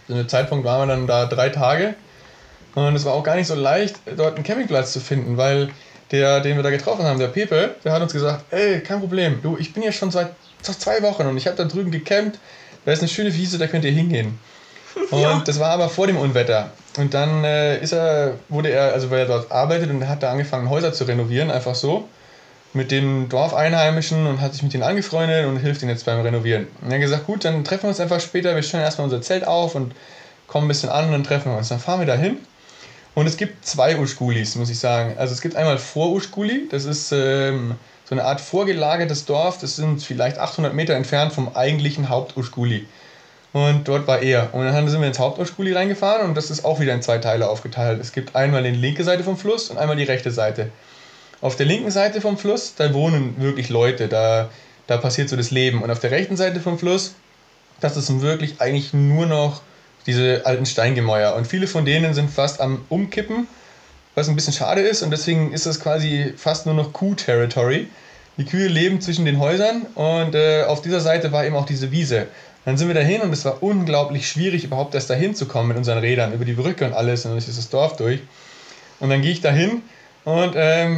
Speaker 3: Zu dem Zeitpunkt waren wir dann da 3 Tage. Und es war auch gar nicht so leicht, dort einen Campingplatz zu finden, weil den wir da getroffen haben, der Pepe, der hat uns gesagt, ey, kein Problem, du, ich bin hier schon seit 2 Wochen und ich habe da drüben gecampt, da ist eine schöne Wiese, da könnt ihr hingehen. Und das war aber vor dem Unwetter. Und dann weil er dort arbeitet und er hat da angefangen, Häuser zu renovieren, einfach so, mit den Dorfeinheimischen und hat sich mit denen angefreundet und hilft ihnen jetzt beim Renovieren. Und er hat gesagt, gut, dann treffen wir uns einfach später, wir stellen erstmal unser Zelt auf und kommen ein bisschen an und dann treffen wir uns. Dann fahren wir da hin. Und es gibt 2 Uschkulis, muss ich sagen. Also es gibt einmal Vor-Uschkuli, das ist so eine Art vorgelagertes Dorf, das sind vielleicht 800 Meter entfernt vom eigentlichen Haupt-Uschkuli. Und dort war er. Und dann sind wir ins Haupt-Uschkuli reingefahren und das ist auch wieder in 2 Teile aufgeteilt. Es gibt einmal die linke Seite vom Fluss und einmal die rechte Seite. Auf der linken Seite vom Fluss, da wohnen wirklich Leute, da passiert so das Leben. Und auf der rechten Seite vom Fluss, das ist wirklich eigentlich nur noch diese alten Steingemäuer. Und viele von denen sind fast am Umkippen, was ein bisschen schade ist. Und deswegen ist das quasi fast nur noch Kuh-Territory. Die Kühe leben zwischen den Häusern und auf dieser Seite war eben auch diese Wiese. Dann sind wir dahin und es war unglaublich schwierig, überhaupt erst dahin zu kommen mit unseren Rädern, über die Brücke und alles. Und dann ist das Dorf durch. Und dann gehe ich dahin und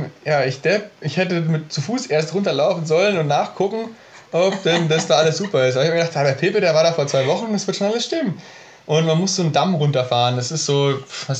Speaker 3: ich hätte zu Fuß erst runterlaufen sollen und nachgucken, ob denn das da alles super ist. Aber ich habe mir gedacht, der Pepe, der war da vor 2 Wochen, das wird schon alles stimmen. Und man muss so einen Damm runterfahren. Das ist so,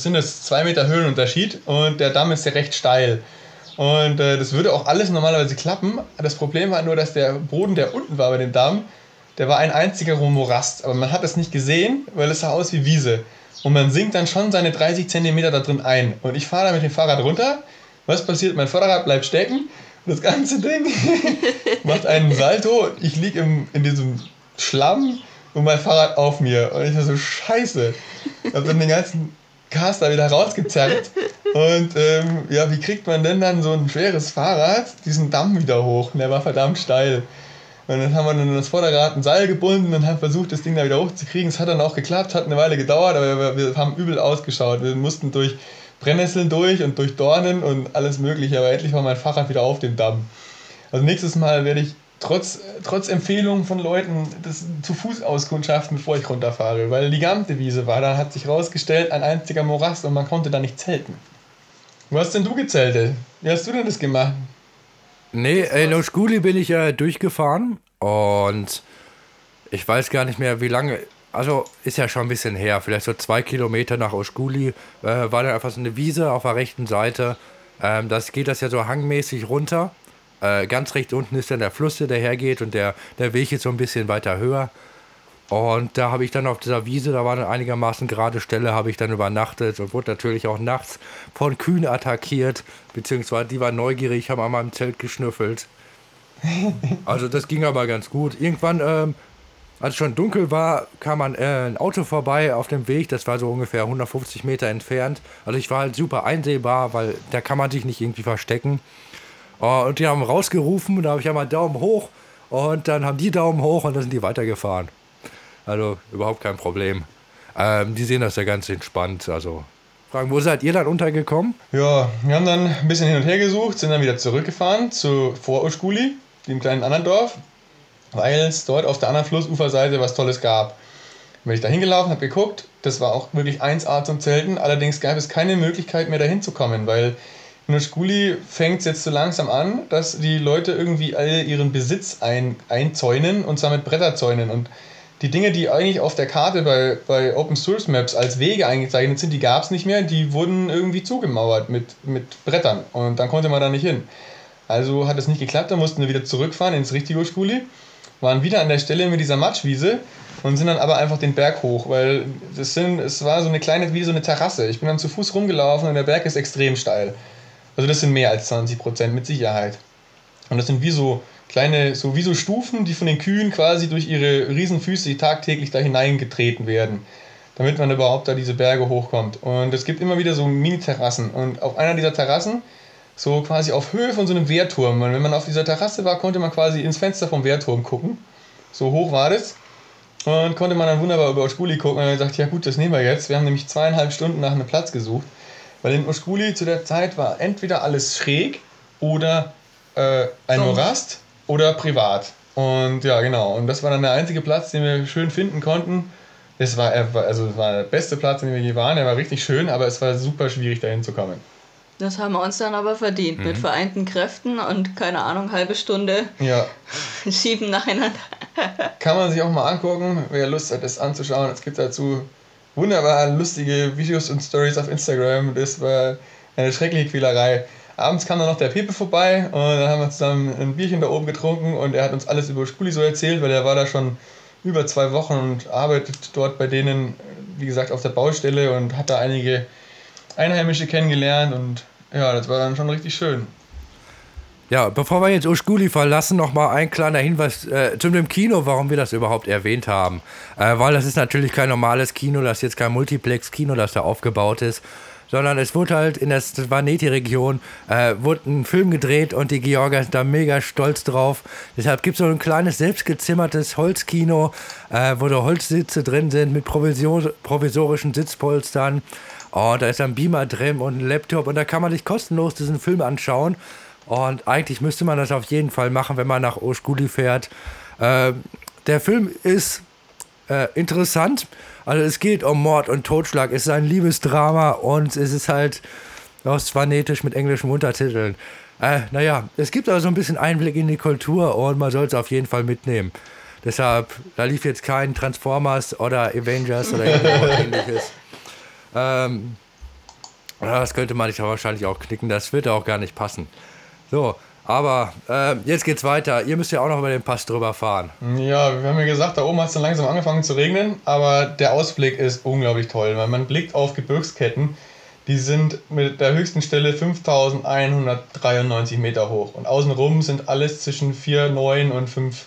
Speaker 3: 2 Meter Höhenunterschied und der Damm ist ja recht steil. Und das würde auch alles normalerweise klappen. Das Problem war nur, dass der Boden, der unten war bei dem Damm, der war ein einziger Morast. Aber man hat das nicht gesehen, weil es sah aus wie Wiese. Und man sinkt dann schon seine 30 Zentimeter da drin ein. Und ich fahre da mit dem Fahrrad runter. Was passiert? Mein Vorderrad bleibt stecken. Das ganze Ding macht einen Salto. Ich liege in diesem Schlamm und mein Fahrrad auf mir. Und ich war so, scheiße. Ich habe dann den ganzen Cast da wieder rausgezerrt. Und wie kriegt man denn dann so ein schweres Fahrrad diesen Damm wieder hoch? Und der war verdammt steil. Und dann haben wir dann das Vorderrad ein Seil gebunden und haben versucht, das Ding da wieder hochzukriegen. Es hat dann auch geklappt, hat eine Weile gedauert, aber wir haben übel ausgeschaut. Wir mussten durch Brennnesseln durch und durch Dornen und alles mögliche. Aber endlich war mein Fahrrad wieder auf dem Damm. Also nächstes Mal werde ich trotz Empfehlungen von Leuten das zu Fuß auskundschaften, bevor ich runterfahre. Weil die ganze Wiese war, da hat sich rausgestellt, ein einziger Morast und man konnte da nicht zelten. Wo hast denn du gezeltet? Wie hast du denn das gemacht?
Speaker 1: Nee, in Uschkuli bin ich durchgefahren und ich weiß gar nicht mehr, wie lange. Also ist ja schon ein bisschen her, vielleicht so 2 Kilometer nach Uschkuli war dann einfach so eine Wiese auf der rechten Seite. Das geht ja so hangmäßig runter. Ganz rechts unten ist dann der Fluss, der hergeht und der Weg ist so ein bisschen weiter höher. Und da habe ich dann auf dieser Wiese, da war eine einigermaßen gerade Stelle, habe ich dann übernachtet und wurde natürlich auch nachts von Kühen attackiert, beziehungsweise die waren neugierig, haben an meinem Zelt geschnüffelt. Also das ging aber ganz gut. Irgendwann, als es schon dunkel war, kam ein Auto vorbei auf dem Weg, das war so ungefähr 150 Meter entfernt. Also ich war halt super einsehbar, weil da kann man sich nicht irgendwie verstecken. Und die haben rausgerufen, da habe ich einmal Daumen hoch und dann haben die Daumen hoch und dann sind die weitergefahren. Also überhaupt kein Problem. Die sehen das ja ganz entspannt. Also fragen, wo seid ihr dann untergekommen?
Speaker 3: Ja, wir haben dann ein bisschen hin und her gesucht, sind dann wieder zurückgefahren zu Vor-Uschkuli, dem kleinen anderen Dorf, weil es dort auf der anderen Flussuferseite was Tolles gab. Bin ich da hingelaufen, habe geguckt, das war auch wirklich 1A zum Zelten, allerdings gab es keine Möglichkeit mehr dahin zu kommen, weil in Uschkuli fängt es jetzt so langsam an, dass die Leute irgendwie all ihren Besitz einzäunen und zwar mit Bretterzäunen und die Dinge, die eigentlich auf der Karte bei Open Source Maps als Wege eingezeichnet sind, die gab es nicht mehr, die wurden irgendwie zugemauert mit Brettern und dann konnte man da nicht hin. Also hat es nicht geklappt, da mussten wir wieder zurückfahren ins richtige Uschkuli, waren wieder an der Stelle mit dieser Matschwiese und sind dann aber einfach den Berg hoch, weil es war so eine kleine, wie so eine Terrasse. Ich bin dann zu Fuß rumgelaufen und der Berg ist extrem steil. Also das sind mehr als 20% mit Sicherheit. Und das sind wie so kleine, wie so Stufen, die von den Kühen quasi durch ihre Riesenfüße tagtäglich da hineingetreten werden, damit man überhaupt da diese Berge hochkommt. Und es gibt immer wieder so Mini-Terrassen. Und auf einer dieser Terrassen, so quasi auf Höhe von so einem Wehrturm, und wenn man auf dieser Terrasse war, konnte man quasi ins Fenster vom Wehrturm gucken. So hoch war das. Und konnte man dann wunderbar über Uschkuli gucken. Und dann gesagt, ja gut, das nehmen wir jetzt. Wir haben nämlich 2,5 Stunden nach einem Platz gesucht. Weil in Uschkuli zu der Zeit war entweder alles schräg oder ein Morast oder privat. Und ja, genau. Und das war dann der einzige Platz, den wir schön finden konnten, es war der beste Platz, an dem wir je waren. Er war richtig schön, aber es war super schwierig, da hinzukommen.
Speaker 2: Das haben wir uns dann aber verdient, mit vereinten Kräften und, keine Ahnung, halbe Stunde schieben nacheinander.
Speaker 3: Kann man sich auch mal angucken, wer Lust hat, das anzuschauen. Es gibt dazu wunderbar lustige Videos und Stories auf Instagram. Das war eine schreckliche Quälerei. Abends kam dann noch der Pepe vorbei und dann haben wir zusammen ein Bierchen da oben getrunken und er hat uns alles über Skuli so erzählt, weil er war da schon über 2 Wochen und arbeitet dort bei denen, wie gesagt, auf der Baustelle und hat da einige Einheimische kennengelernt und ja, das war dann schon richtig schön.
Speaker 1: Ja, bevor wir jetzt Uskuli verlassen, nochmal ein kleiner Hinweis zu dem Kino, warum wir das überhaupt erwähnt haben. Weil das ist natürlich kein normales Kino, das ist jetzt kein Multiplex-Kino, das da aufgebaut ist, sondern es wurde halt in der Svaneti-Region wurde ein Film gedreht und die Georgier sind da mega stolz drauf. Deshalb gibt es so ein kleines, selbstgezimmertes Holzkino, wo da Holzsitze drin sind mit provisorischen Sitzpolstern. Und da ist ein Beamer drin und ein Laptop und da kann man sich kostenlos diesen Film anschauen. Und eigentlich müsste man das auf jeden Fall machen, wenn man nach Uskuli fährt. Der Film ist interessant. Also es geht um Mord und Totschlag. Es ist ein Liebesdrama und es ist halt svanetisch mit englischen Untertiteln. Naja, es gibt also so ein bisschen Einblick in die Kultur und man soll es auf jeden Fall mitnehmen. Deshalb, da lief jetzt kein Transformers oder Avengers oder ähnliches. Das könnte man sich wahrscheinlich auch knicken, das wird auch gar nicht passen. So, aber jetzt geht's weiter. Ihr müsst ja auch noch über den Pass drüber fahren.
Speaker 3: Ja, wir haben ja gesagt, da oben hat es dann langsam angefangen zu regnen, aber der Ausblick ist unglaublich toll, weil man blickt auf Gebirgsketten, die sind mit der höchsten Stelle 5193 Meter hoch und außenrum sind alles zwischen 4.900 und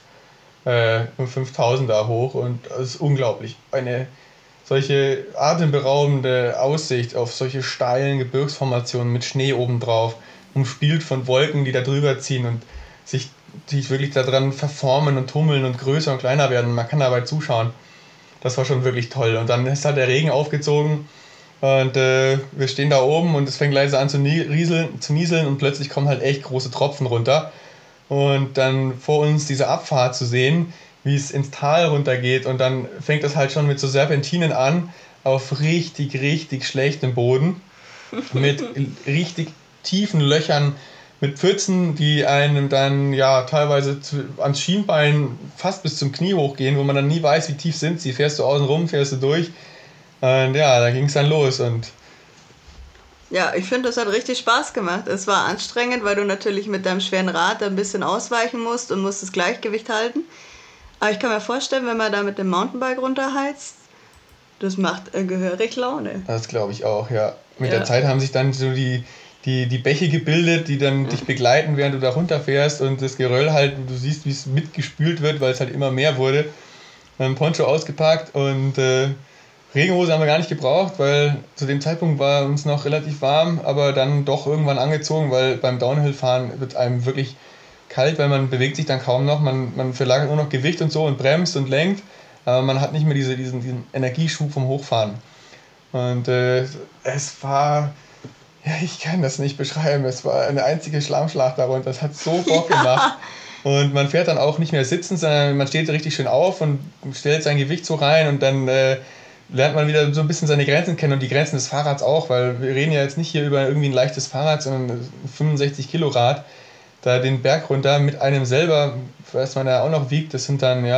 Speaker 3: 5.000er hoch und das ist unglaublich. Eine solche atemberaubende Aussicht auf solche steilen Gebirgsformationen mit Schnee obendrauf, umspielt von Wolken, die da drüber ziehen und sich wirklich daran verformen und tummeln und größer und kleiner werden. Man kann dabei zuschauen. Das war schon wirklich toll. Und dann ist halt der Regen aufgezogen und wir stehen da oben und es fängt leise an zu nieseln und plötzlich kommen halt echt große Tropfen runter. Und dann vor uns diese Abfahrt zu sehen, wie es ins Tal runtergeht und dann fängt das halt schon mit so Serpentinen an, auf richtig, richtig schlechtem Boden, mit richtig tiefen Löchern, mit Pfützen, die einem dann ja teilweise ans Schienbein fast bis zum Knie hochgehen, wo man dann nie weiß, wie tief sind sie. Fährst du außen rum, fährst du durch und ja, da ging es dann los und
Speaker 2: ja, ich finde, das hat richtig Spaß gemacht. Es war anstrengend, weil du natürlich mit deinem schweren Rad ein bisschen ausweichen musst und musst das Gleichgewicht halten. Aber ich kann mir vorstellen, wenn man da mit dem Mountainbike runterheizt, das macht gehörig Laune.
Speaker 3: Das glaube ich auch, ja. Mit der Zeit haben sich dann so die Bäche gebildet, die dann dich begleiten, während du da runterfährst und das Geröll halt, du siehst, wie es mitgespült wird, weil es halt immer mehr wurde. Dann Poncho ausgepackt und Regenhose haben wir gar nicht gebraucht, weil zu dem Zeitpunkt war uns noch relativ warm, aber dann doch irgendwann angezogen, weil beim Downhill-Fahren wird einem wirklich kalt, weil man bewegt sich dann kaum noch, man verlagert nur noch Gewicht und so und bremst und lenkt, aber man hat nicht mehr diesen Energieschub vom Hochfahren. Und es war, ja, ich kann das nicht beschreiben, es war eine einzige Schlammschlacht darunter, das hat so Bock gemacht. Und man fährt dann auch nicht mehr sitzen, sondern man steht richtig schön auf und stellt sein Gewicht so rein und dann lernt man wieder so ein bisschen seine Grenzen kennen und die Grenzen des Fahrrads auch, weil wir reden ja jetzt nicht hier über irgendwie ein leichtes Fahrrad, sondern ein 65 Kilo Rad. Da den Berg runter mit einem selber, was man ja auch noch wiegt, das sind dann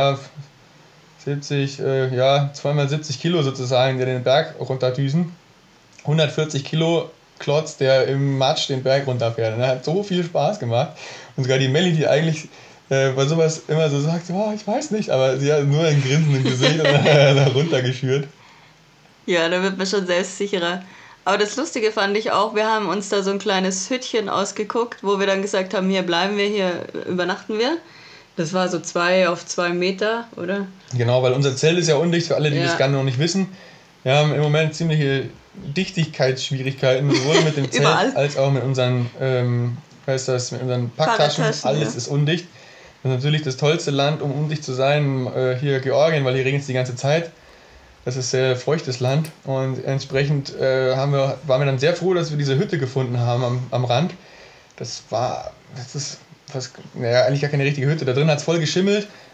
Speaker 3: 2x70 Kilo sozusagen, der den Berg runterdüsen. 140 Kilo Klotz, der im Matsch den Berg runterfährt. Und das hat so viel Spaß gemacht. Und sogar die Melli, die eigentlich bei sowas immer so sagt, oh, ich weiß nicht, aber sie hat nur ein Grinsen im Gesicht und da runtergeschürt.
Speaker 2: Ja, da wird man schon selbstsicherer. Aber das Lustige fand ich auch, wir haben uns da so ein kleines Hüttchen ausgeguckt, wo wir dann gesagt haben, hier bleiben wir, hier übernachten wir. Das war so 2 auf 2 Meter, oder?
Speaker 3: Genau, weil unser Zelt ist ja undicht, für alle, die das gerne noch nicht wissen. Wir haben im Moment ziemliche Dichtigkeitsschwierigkeiten, sowohl mit dem Zelt als auch mit unseren, mit unseren Packtaschen. Alles ist undicht. Das ist natürlich das tollste Land, um undicht zu sein, hier Georgien, weil hier regnet es die ganze Zeit. Das ist ein sehr feuchtes Land und entsprechend waren wir dann sehr froh, dass wir diese Hütte gefunden haben am Rand. Das ist eigentlich gar keine richtige Hütte. Da drin hat es voll geschimmelt,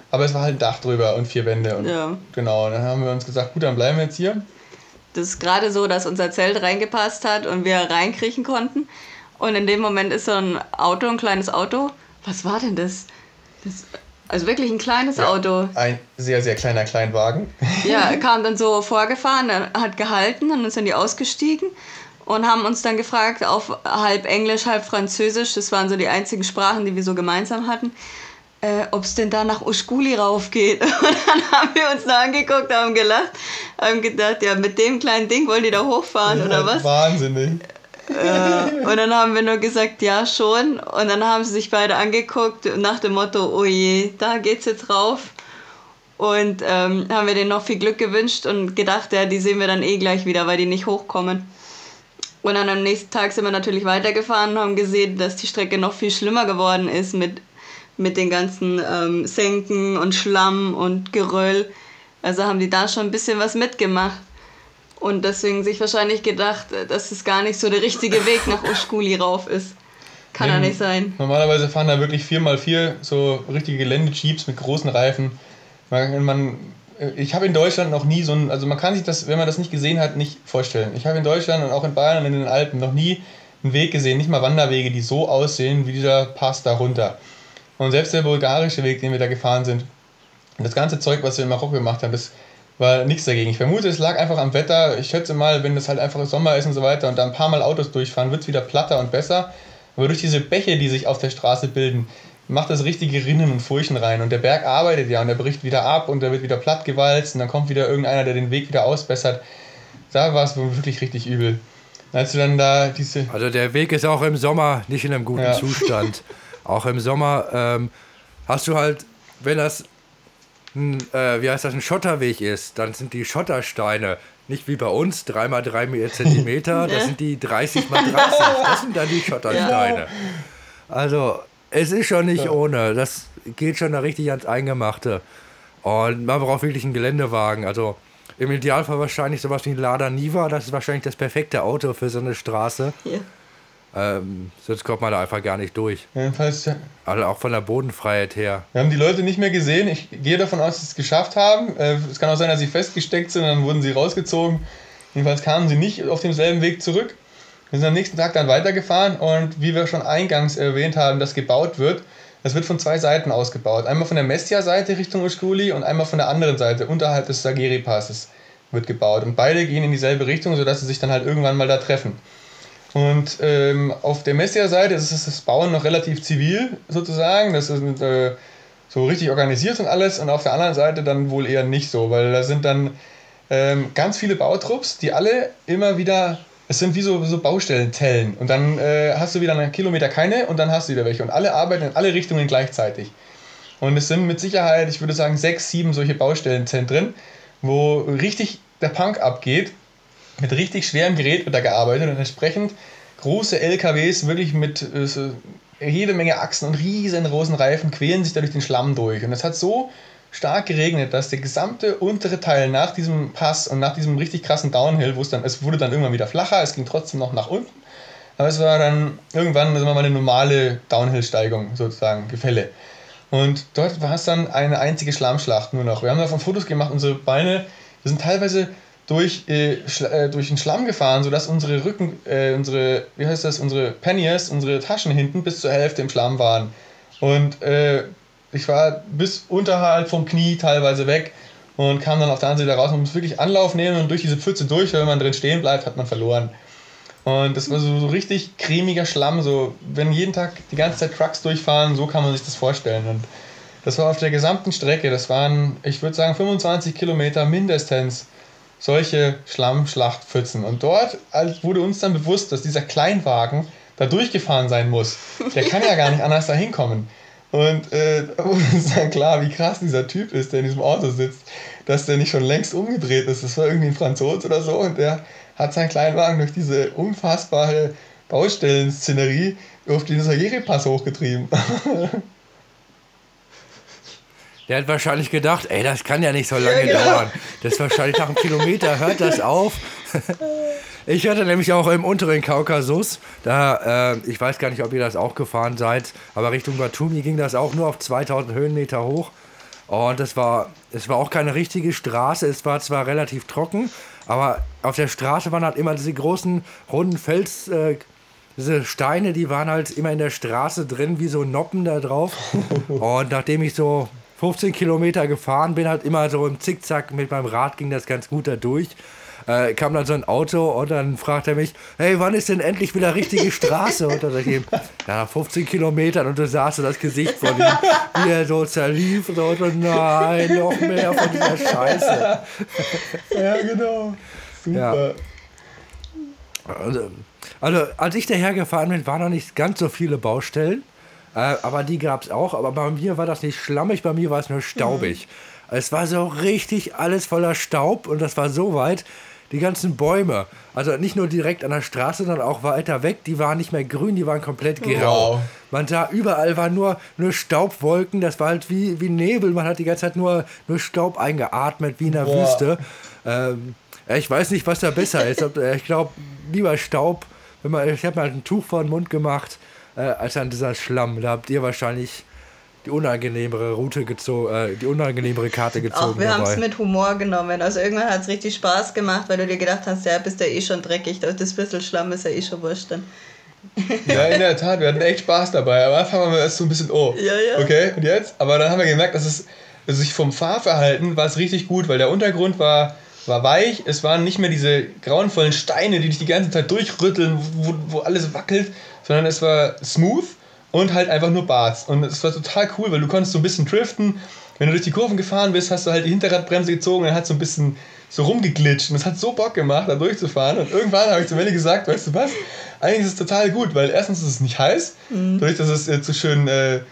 Speaker 3: aber es war halt ein Dach drüber und 4 Wände. Und
Speaker 2: Ja.
Speaker 3: Genau, dann haben wir uns gesagt, gut, dann bleiben wir jetzt hier.
Speaker 2: Das ist gerade so, dass unser Zelt reingepasst hat und wir reinkriechen konnten. Und in dem Moment ist so ein Auto, ein kleines Auto. Was war denn das? Also wirklich ein kleines Auto.
Speaker 3: Ein sehr, sehr kleiner Kleinwagen.
Speaker 2: Ja, kam dann so vorgefahren, er hat gehalten und dann sind die ausgestiegen und haben uns dann gefragt, auf halb Englisch, halb Französisch, das waren so die einzigen Sprachen, die wir so gemeinsam hatten, ob es denn da nach Uschkuli raufgeht. Und dann haben wir uns da angeguckt, haben gelacht, haben gedacht, ja, mit dem kleinen Ding wollen die da hochfahren oder was?
Speaker 3: Wahnsinnig.
Speaker 2: Und dann haben wir nur gesagt, ja schon. Und dann haben sie sich beide angeguckt nach dem Motto, oh je, da geht's jetzt rauf. Und haben wir denen noch viel Glück gewünscht und gedacht, ja, die sehen wir dann eh gleich wieder, weil die nicht hochkommen. Und dann am nächsten Tag sind wir natürlich weitergefahren und haben gesehen, dass die Strecke noch viel schlimmer geworden ist mit den ganzen Senken und Schlamm und Geröll. Also haben die da schon ein bisschen was mitgemacht. Und deswegen sich wahrscheinlich gedacht, dass es gar nicht so der richtige Weg nach Uschkuli rauf ist. Kann ja nicht sein.
Speaker 3: Normalerweise fahren da wirklich 4x4 so richtige Gelände-Jeeps mit großen Reifen. Ich habe in Deutschland noch nie so ein, also man kann sich das, wenn man das nicht gesehen hat, nicht vorstellen. Ich habe in Deutschland und auch in Bayern und in den Alpen noch nie einen Weg gesehen, nicht mal Wanderwege, die so aussehen wie dieser Pass da runter. Und selbst der bulgarische Weg, den wir da gefahren sind, und das ganze Zeug, was wir in Marokko gemacht haben, das war nichts dagegen. Ich vermute, es lag einfach am Wetter. Ich schätze mal, wenn das halt einfach Sommer ist und so weiter und da ein paar Mal Autos durchfahren, wird es wieder platter und besser. Aber durch diese Bäche, die sich auf der Straße bilden, macht das richtige Rinnen und Furchen rein. Und der Berg arbeitet ja und der bricht wieder ab und der wird wieder platt gewalzt und dann kommt wieder irgendeiner, der den Weg wieder ausbessert. Da war es wirklich richtig übel. Als du dann da diese...
Speaker 1: Also der Weg ist auch im Sommer nicht in einem guten Zustand. Auch im Sommer hast du halt, wenn das ein Schotterweg ist, dann sind die Schottersteine nicht wie bei uns 3x3 Zentimeter, das sind die 30x30, das sind dann die Schottersteine. Also es ist schon nicht ohne, das geht schon da richtig ans Eingemachte. Und man braucht wirklich einen Geländewagen, also im Idealfall wahrscheinlich sowas wie ein Lada Niva, das ist wahrscheinlich das perfekte Auto für so eine Straße. Ja. Sonst kommt man da einfach gar nicht durch.
Speaker 3: Jedenfalls,
Speaker 1: also auch von der Bodenfreiheit her.
Speaker 3: Wir haben die Leute nicht mehr gesehen. Ich gehe davon aus, dass sie es geschafft haben. Es kann auch sein, dass sie festgesteckt sind, dann wurden sie rausgezogen. Jedenfalls kamen sie nicht auf demselben Weg zurück. Wir sind am nächsten Tag dann weitergefahren und wie wir schon eingangs erwähnt haben, das gebaut wird. Das wird von 2 Seiten ausgebaut. Einmal von der Mestia-Seite Richtung Uschkuli und einmal von der anderen Seite, unterhalb des Sagheri-Passes, wird gebaut. Und beide gehen in dieselbe Richtung, sodass sie sich dann halt irgendwann mal da treffen. Und auf der Messia-Seite ist das Bauen noch relativ zivil sozusagen, das ist so richtig organisiert und alles, und auf der anderen Seite dann wohl eher nicht so, weil da sind dann ganz viele Bautrupps, die alle immer wieder, es sind wie so Baustellentellen und dann hast du wieder einen Kilometer keine und dann hast du wieder welche und alle arbeiten in alle Richtungen gleichzeitig. Und es sind mit Sicherheit, ich würde sagen 6, 7 solche Baustellenzentren, wo richtig der Punk abgeht. Mit richtig schwerem Gerät wird da gearbeitet und entsprechend große LKWs wirklich mit jede Menge Achsen und riesengroßen Reifen quälen sich da durch den Schlamm durch. Und es hat so stark geregnet, dass der gesamte untere Teil nach diesem Pass und nach diesem richtig krassen Downhill, es wurde dann irgendwann wieder flacher, es ging trotzdem noch nach unten, aber es war dann irgendwann, sagen wir mal, eine normale Downhill-Steigung sozusagen, Gefälle. Und dort war es dann eine einzige Schlammschlacht nur noch. Wir haben davon Fotos gemacht, unsere Beine, wir sind teilweise durch den Schlamm gefahren, sodass unsere unsere Panniers, unsere Taschen hinten bis zur Hälfte im Schlamm waren. Und ich war bis unterhalb vom Knie teilweise weg und kam dann auf der anderen Seite raus und musste wirklich Anlauf nehmen und durch diese Pfütze durch, weil wenn man drin stehen bleibt, hat man verloren. Und das war so richtig cremiger Schlamm, so wenn jeden Tag die ganze Zeit Trucks durchfahren, so kann man sich das vorstellen. Und das war auf der gesamten Strecke, das waren, ich würde sagen, 25 Kilometer mindestens, solche Schlammschlachtpfützen. Und dort wurde uns dann bewusst, dass dieser Kleinwagen da durchgefahren sein muss. Der kann ja gar nicht anders da hinkommen. Und da wurde uns dann klar, wie krass dieser Typ ist, der in diesem Auto sitzt, dass der nicht schon längst umgedreht ist. Das war irgendwie ein Franzose oder so und der hat seinen Kleinwagen durch diese unfassbare Baustellenszenerie auf den Sagheri-Pass hochgetrieben.
Speaker 1: Der hat wahrscheinlich gedacht, ey, das kann ja nicht so lange dauern. Das ist wahrscheinlich nach einem Kilometer, hört das auf. Ich hatte nämlich auch im unteren Kaukasus, da, ich weiß gar nicht, ob ihr das auch gefahren seid, aber Richtung Batumi ging das auch nur auf 2000 Höhenmeter hoch. Und es war auch keine richtige Straße. Es war zwar relativ trocken, aber auf der Straße waren halt immer diese großen, runden diese Steine, die waren halt immer in der Straße drin, wie so Noppen da drauf. Und nachdem ich so 15 Kilometer gefahren bin, halt immer so im Zickzack mit meinem Rad, ging das ganz gut da durch. Kam dann so ein Auto und dann fragt er mich, hey, wann ist denn endlich wieder richtige Straße? Und dann sag ich ihm, ja, nach 15 Kilometern. Und du sahst so das Gesicht von ihm, wie er so zerlief und so, nein, noch mehr von dieser Scheiße.
Speaker 3: Ja, genau. Super.
Speaker 1: Ja. Also, als ich daher gefahren bin, waren noch nicht ganz so viele Baustellen, aber die gab es auch. Aber bei mir war das nicht schlammig, bei mir war es nur staubig. Es war so richtig alles voller Staub und das war so weit, die ganzen Bäume, also nicht nur direkt an der Straße, sondern auch weiter weg, die waren nicht mehr grün, die waren komplett grau.
Speaker 3: Wow.
Speaker 1: Man sah, überall waren nur Staubwolken, das war halt wie Nebel, man hat die ganze Zeit nur Staub eingeatmet, wie in der Wüste. Ich weiß nicht, was da besser ist. Ich glaube, lieber Staub, ich habe mir halt ein Tuch vor den Mund gemacht, als an dieser Schlamm. Da habt ihr wahrscheinlich die unangenehmere Route gezogen, die unangenehmere Karte gezogen.
Speaker 2: Auch wir haben es mit Humor genommen. Also irgendwann hat es richtig Spaß gemacht, weil du dir gedacht hast, ja, bist ja eh schon dreckig, das bisschen Schlamm ist ja eh schon wurscht dann.
Speaker 3: Ja, in der Tat, wir hatten echt Spaß dabei. Am Anfang waren wir erst so ein bisschen, okay, und jetzt? Aber dann haben wir gemerkt, dass sich vom Fahrverhalten war es richtig gut, weil der Untergrund war weich, es waren nicht mehr diese grauenvollen Steine, die dich die ganze Zeit durchrütteln, wo alles wackelt, sondern es war smooth und halt einfach nur Barts. Und es war total cool, weil du konntest so ein bisschen driften. Wenn du durch die Kurven gefahren bist, hast du halt die Hinterradbremse gezogen und dann hat so ein bisschen so rumgeglitscht. Und es hat so Bock gemacht, da durchzufahren. Und irgendwann habe ich zu Melli gesagt, weißt du was, eigentlich ist es total gut, weil erstens ist es nicht heiß, dadurch, dass es so schön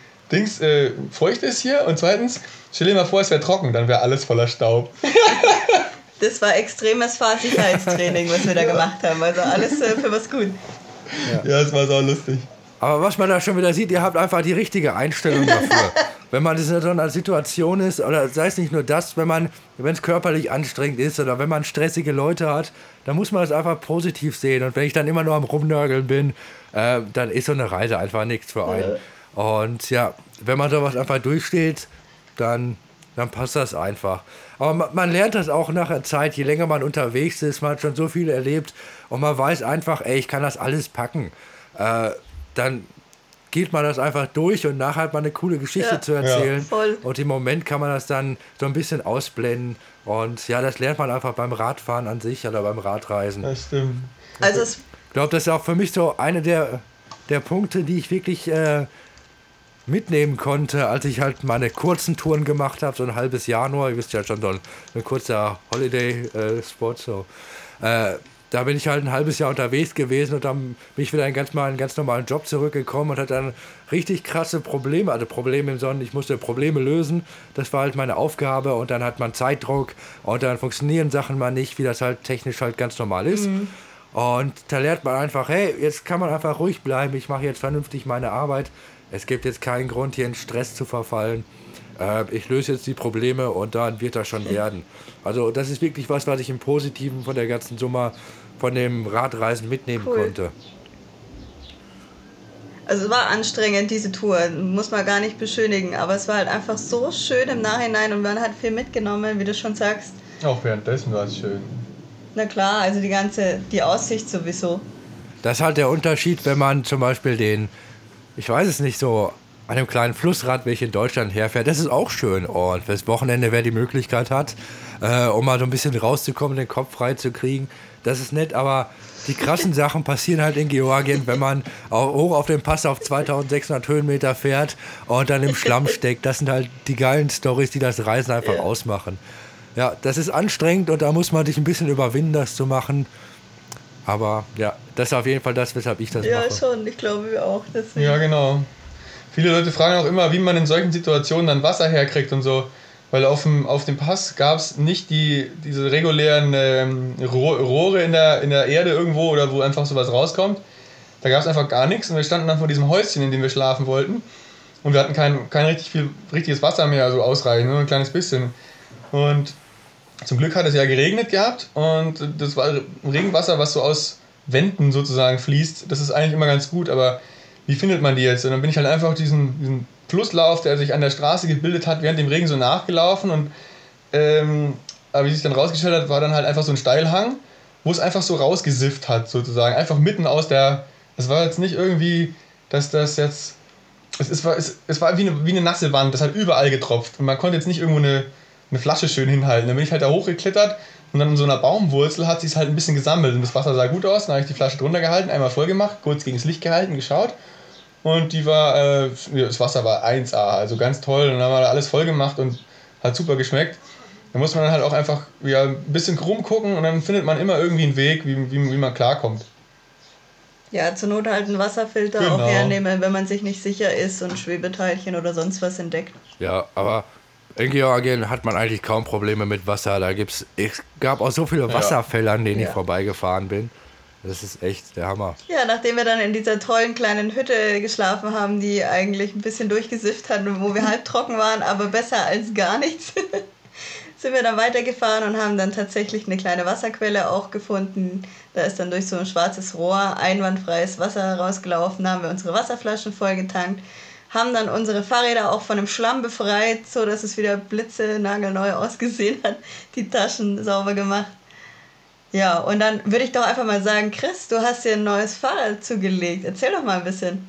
Speaker 3: feucht ist hier. Und zweitens, stell dir mal vor, es wäre trocken, dann wäre alles voller Staub.
Speaker 2: Das war extremes Fahrsicherheitstraining, was wir da gemacht haben. Also alles für was gut.
Speaker 3: Ja, es war so lustig.
Speaker 1: Aber was man da schon wieder sieht, ihr habt einfach die richtige Einstellung dafür. Wenn man in so einer Situation ist, oder sei es nicht nur das, wenn es körperlich anstrengend ist oder wenn man stressige Leute hat, dann muss man das einfach positiv sehen. Und wenn ich dann immer nur am Rumnörgeln bin, dann ist so eine Reise einfach nichts für einen. Und ja, wenn man sowas einfach durchsteht, dann passt das einfach. Aber man lernt das auch nach der Zeit, je länger man unterwegs ist, man hat schon so viel erlebt und man weiß einfach, ich kann das alles packen. Dann geht man das einfach durch und nachher hat man eine coole Geschichte zu erzählen.
Speaker 2: Voll.
Speaker 1: Und im Moment kann man das dann so ein bisschen ausblenden. Und ja, das lernt man einfach beim Radfahren an sich oder beim Radreisen.
Speaker 3: Das stimmt.
Speaker 2: Also
Speaker 1: Ich glaube, das ist auch für mich so eine der Punkte, die ich wirklich mitnehmen konnte, als ich halt meine kurzen Touren gemacht habe, so ein halbes Jahr nur. Ihr wisst ja schon, so ein kurzer Holiday-Spot. So. Da bin ich halt ein halbes Jahr unterwegs gewesen und dann bin ich wieder in einen ganz normalen Job zurückgekommen und hatte dann richtig krasse Probleme, also Probleme im Sinne, ich musste Probleme lösen, das war halt meine Aufgabe und dann hat man Zeitdruck und dann funktionieren Sachen mal nicht, wie das halt technisch halt ganz normal ist. Und da lernt man einfach, hey, jetzt kann man einfach ruhig bleiben, ich mache jetzt vernünftig meine Arbeit, es gibt jetzt keinen Grund, hier in Stress zu verfallen. Ich löse jetzt die Probleme und dann wird das schon werden. Also das ist wirklich was ich im Positiven von der ganzen Summe von dem Radreisen mitnehmen konnte.
Speaker 2: Also es war anstrengend, diese Tour, muss man gar nicht beschönigen, aber es war halt einfach so schön im Nachhinein und man hat viel mitgenommen, wie du schon sagst.
Speaker 3: Auch währenddessen war es schön.
Speaker 2: Na klar, also die Aussicht sowieso.
Speaker 1: Das ist halt der Unterschied, wenn man zum Beispiel ich weiß es nicht, so an einem kleinen Flussradweg in Deutschland herfährt, das ist auch schön. Und fürs Wochenende, wer die Möglichkeit hat, um mal so ein bisschen rauszukommen, den Kopf frei zu kriegen, das ist nett, aber die krassen Sachen passieren halt in Georgien, wenn man hoch auf dem Pass auf 2600 Höhenmeter fährt und dann im Schlamm steckt. Das sind halt die geilen Storys, die das Reisen einfach ausmachen. Ja, das ist anstrengend und da muss man sich ein bisschen überwinden, das zu machen. Aber ja, das ist auf jeden Fall das, weshalb ich das mache.
Speaker 2: Ja, schon, ich glaube wir auch. Deswegen.
Speaker 3: Ja, genau. Viele Leute fragen auch immer, wie man in solchen Situationen dann Wasser herkriegt und so. Weil auf dem Pass gab es nicht diese regulären Rohre in der Erde irgendwo oder wo einfach sowas rauskommt. Da gab es einfach gar nichts und wir standen dann vor diesem Häuschen, in dem wir schlafen wollten. Und wir hatten kein richtiges Wasser mehr, also ausreichend, nur ein kleines bisschen. Und zum Glück hat es ja geregnet gehabt und das war Regenwasser, was so aus Wänden sozusagen fließt. Das ist eigentlich immer ganz gut, aber wie findet man die jetzt? Und dann bin ich halt einfach diesen Flusslauf, der sich an der Straße gebildet hat, während dem Regen so nachgelaufen und aber wie sich dann rausgestellt hat, war dann halt einfach so ein Steilhang, wo es einfach so rausgesifft hat, sozusagen. Einfach mitten aus der. Es war jetzt nicht irgendwie, dass das jetzt. Es war wie eine nasse Wand, das hat überall getropft. Und man konnte jetzt nicht irgendwo eine Flasche schön hinhalten. Dann bin ich halt da hochgeklettert und dann in so einer Baumwurzel hat sich halt ein bisschen gesammelt. Und das Wasser sah gut aus, dann habe ich die Flasche drunter gehalten, einmal voll gemacht, kurz gegen das Licht gehalten, geschaut. Und die war, das Wasser war 1A, also ganz toll. Und dann haben wir alles voll gemacht und hat super geschmeckt. Da muss man dann halt auch einfach ein bisschen rumgucken und dann findet man immer irgendwie einen Weg, wie man klarkommt.
Speaker 2: Ja, zur Not halt einen Wasserfilter auch hernehmen, wenn man sich nicht sicher ist und Schwebeteilchen oder sonst was entdeckt.
Speaker 1: Ja, aber in Georgien hat man eigentlich kaum Probleme mit Wasser. Es gab auch so viele Wasserfälle, an denen ich vorbeigefahren bin. Das ist echt der Hammer.
Speaker 2: Ja, nachdem wir dann in dieser tollen kleinen Hütte geschlafen haben, die eigentlich ein bisschen durchgesifft hat und wo wir halb trocken waren, aber besser als gar nichts, sind wir dann weitergefahren und haben dann tatsächlich eine kleine Wasserquelle auch gefunden. Da ist dann durch so ein schwarzes Rohr einwandfreies Wasser rausgelaufen, da haben wir unsere Wasserflaschen vollgetankt, haben dann unsere Fahrräder auch von dem Schlamm befreit, so dass es wieder blitzenagelneu ausgesehen hat, die Taschen sauber gemacht. Ja, und dann würde ich doch einfach mal sagen, Chris, du hast dir ein neues Fahrrad zugelegt. Erzähl doch mal ein bisschen.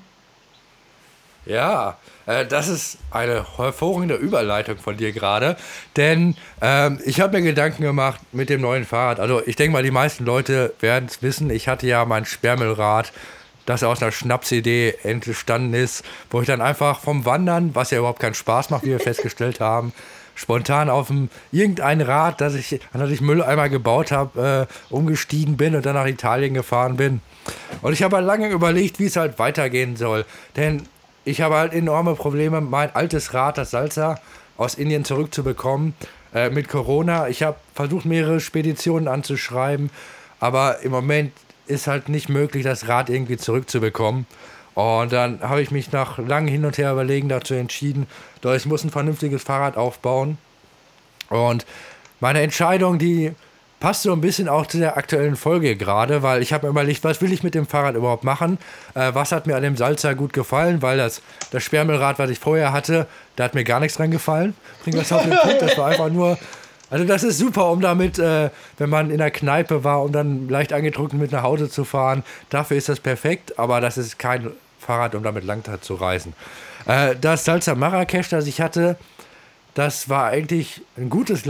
Speaker 1: Ja, das ist eine hervorragende Überleitung von dir gerade, denn ich habe mir Gedanken gemacht mit dem neuen Fahrrad. Also ich denke mal, die meisten Leute werden es wissen, ich hatte ja mein Sperrmüllrad, das aus einer Schnapsidee entstanden ist, wo ich dann einfach vom Wandern, was ja überhaupt keinen Spaß macht, wie wir festgestellt haben, spontan auf irgendein Rad, an das ich Mülleimer gebaut habe, umgestiegen bin und dann nach Italien gefahren bin. Und ich habe halt lange überlegt, wie es halt weitergehen soll, denn ich habe halt enorme Probleme, mein altes Rad, das Salsa, aus Indien zurückzubekommen mit Corona. Ich habe versucht, mehrere Speditionen anzuschreiben, aber im Moment ist halt nicht möglich, das Rad irgendwie zurückzubekommen. Und dann habe ich mich nach langem Hin und Her überlegen dazu entschieden, doch ich muss ein vernünftiges Fahrrad aufbauen. Und meine Entscheidung, die passt so ein bisschen auch zu der aktuellen Folge gerade, weil ich habe mir überlegt, was will ich mit dem Fahrrad überhaupt machen? Was hat mir an dem Salsa gut gefallen? Weil das Sperrmüllrad, was ich vorher hatte, da hat mir gar nichts dran gefallen. Bring das auf den Punkt, das war einfach nur... Also das ist super, um damit, wenn man in der Kneipe war, um dann leicht angetrunken mit nach Hause zu fahren. Dafür ist das perfekt, aber das ist kein Fahrrad, um damit lang zu reisen. Das Salsa Marrakesch, das ich hatte, das war eigentlich ein gutes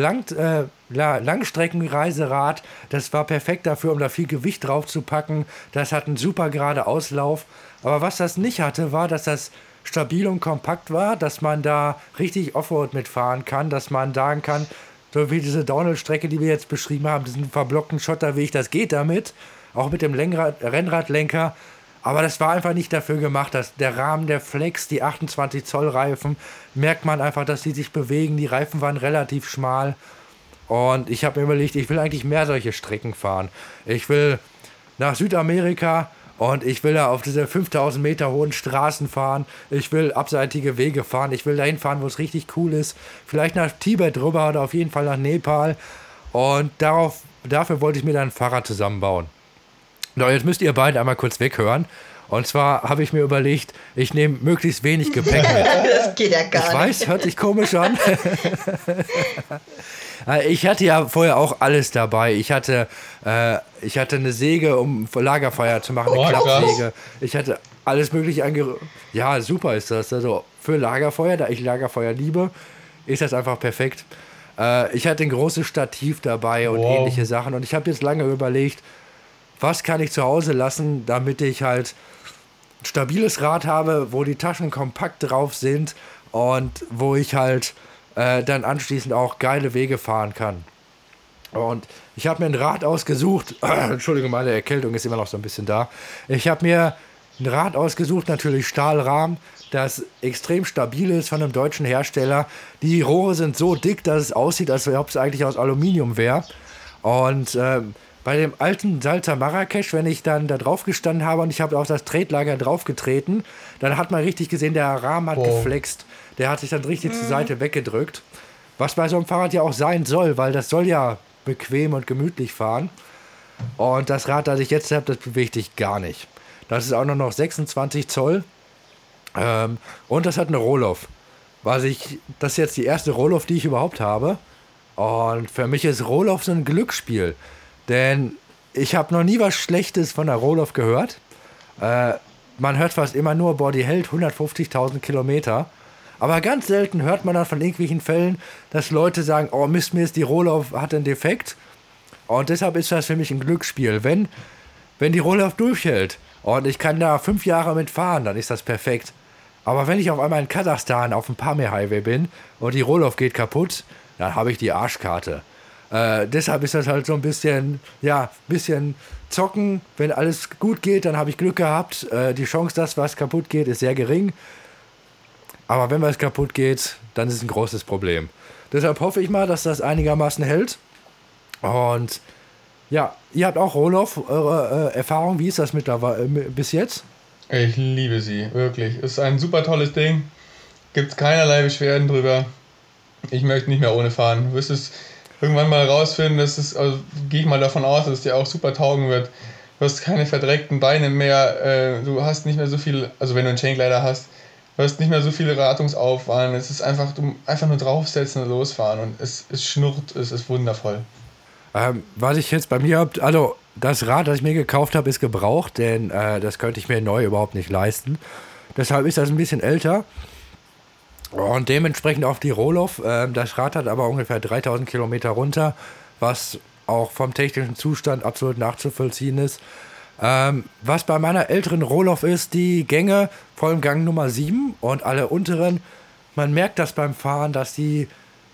Speaker 1: Langstreckenreiserad. Das war perfekt dafür, um da viel Gewicht drauf zu packen. Das hat einen super gerade Auslauf. Aber was das nicht hatte, war, dass das stabil und kompakt war, dass man da richtig Offroad mitfahren kann, dass man sagen kann, so wie diese Downhill-Strecke, die wir jetzt beschrieben haben, diesen verblockten Schotterweg, das geht damit, auch mit dem Rennradlenker. Aber das war einfach nicht dafür gemacht, dass der Rahmen der Flex, die 28 Zoll Reifen, merkt man einfach, dass die sich bewegen. Die Reifen waren relativ schmal und ich habe mir überlegt, ich will eigentlich mehr solche Strecken fahren. Ich will nach Südamerika und ich will da auf diese 5000 Meter hohen Straßen fahren. Ich will abseitige Wege fahren. Ich will dahin fahren, wo es richtig cool ist. Vielleicht nach Tibet rüber oder auf jeden Fall nach Nepal. Und dafür wollte ich mir dann ein Fahrrad zusammenbauen. So, jetzt müsst ihr beide einmal kurz weghören. Und zwar habe ich mir überlegt, ich nehme möglichst wenig Gepäck mit.
Speaker 2: Das geht ja gar nicht.
Speaker 1: Ich weiß, hört sich komisch an. Ich hatte ja vorher auch alles dabei. Ich hatte eine Säge, um Lagerfeuer zu machen, eine Klappsäge. Ich hatte alles mögliche Ja, super ist das. Also für Lagerfeuer, da ich Lagerfeuer liebe, ist das einfach perfekt. Ich hatte ein großes Stativ dabei und ähnliche Sachen. Und ich habe jetzt lange überlegt, was kann ich zu Hause lassen, damit ich halt ein stabiles Rad habe, wo die Taschen kompakt drauf sind und wo ich halt dann anschließend auch geile Wege fahren kann. Und ich habe mir ein Rad ausgesucht. Entschuldigung, meine Erkältung ist immer noch so ein bisschen da. Ich habe mir ein Rad ausgesucht, natürlich Stahlrahmen, das extrem stabil ist von einem deutschen Hersteller. Die Rohre sind so dick, dass es aussieht, als ob es eigentlich aus Aluminium wäre. Und bei dem alten Salsa Marrakesch, wenn ich dann da drauf gestanden habe und ich habe auf das Tretlager draufgetreten, dann hat man richtig gesehen, der Rahmen hat geflext. Der hat sich dann richtig zur Seite weggedrückt. Was bei so einem Fahrrad ja auch sein soll, weil das soll ja bequem und gemütlich fahren. Und das Rad, das ich jetzt habe, das bewegt sich gar nicht. Das ist auch nur noch 26 Zoll. Und das hat eine Rohloff. Das ist jetzt die erste Rohloff, die ich überhaupt habe. Und für mich ist Rohloff so ein Glücksspiel. Denn ich habe noch nie was Schlechtes von der Rohloff gehört. Man hört fast immer nur, boah, die hält 150.000 Kilometer. Aber ganz selten hört man dann von irgendwelchen Fällen, dass Leute sagen, oh Mist, die Rohloff hat einen Defekt. Und deshalb ist das für mich ein Glücksspiel. Wenn die Rohloff durchhält und ich kann da 5 Jahre mitfahren, dann ist das perfekt. Aber wenn ich auf einmal in Kasachstan auf dem Pamir-Highway bin und die Rohloff geht kaputt, dann habe ich die Arschkarte. Deshalb ist das halt so ein bisschen zocken. Wenn alles gut geht, dann habe ich Glück gehabt. Die Chance, dass was kaputt geht, ist sehr gering. Aber wenn was kaputt geht, dann ist es ein großes Problem. Deshalb hoffe ich mal, dass das einigermaßen hält. Und ja, ihr habt auch Rohloff, eure Erfahrung. Wie ist das mittlerweile bis jetzt?
Speaker 3: Ich liebe sie, wirklich. Ist ein super tolles Ding. Gibt keinerlei Beschwerden drüber. Ich möchte nicht mehr ohne fahren. Du wirst es irgendwann mal rausfinden, also gehe ich mal davon aus, dass es dir auch super taugen wird. Du hast keine verdreckten Beine mehr, du hast nicht mehr so viel, also wenn du einen Chainglider hast, du hast nicht mehr so viele Wartungsaufwand. Es ist einfach, du einfach nur draufsetzen und losfahren und es schnurrt, es ist wundervoll.
Speaker 1: Was ich jetzt bei mir habe, also das Rad, das ich mir gekauft habe, ist gebraucht, denn das könnte ich mir neu überhaupt nicht leisten. Deshalb ist das ein bisschen älter. Und dementsprechend auf die Rohloff. Das Rad hat aber ungefähr 3000 Kilometer runter, was auch vom technischen Zustand absolut nachzuvollziehen ist. Was bei meiner älteren Rohloff ist, die Gänge, vor allem Gang Nummer 7 und alle unteren, man merkt das beim Fahren, dass die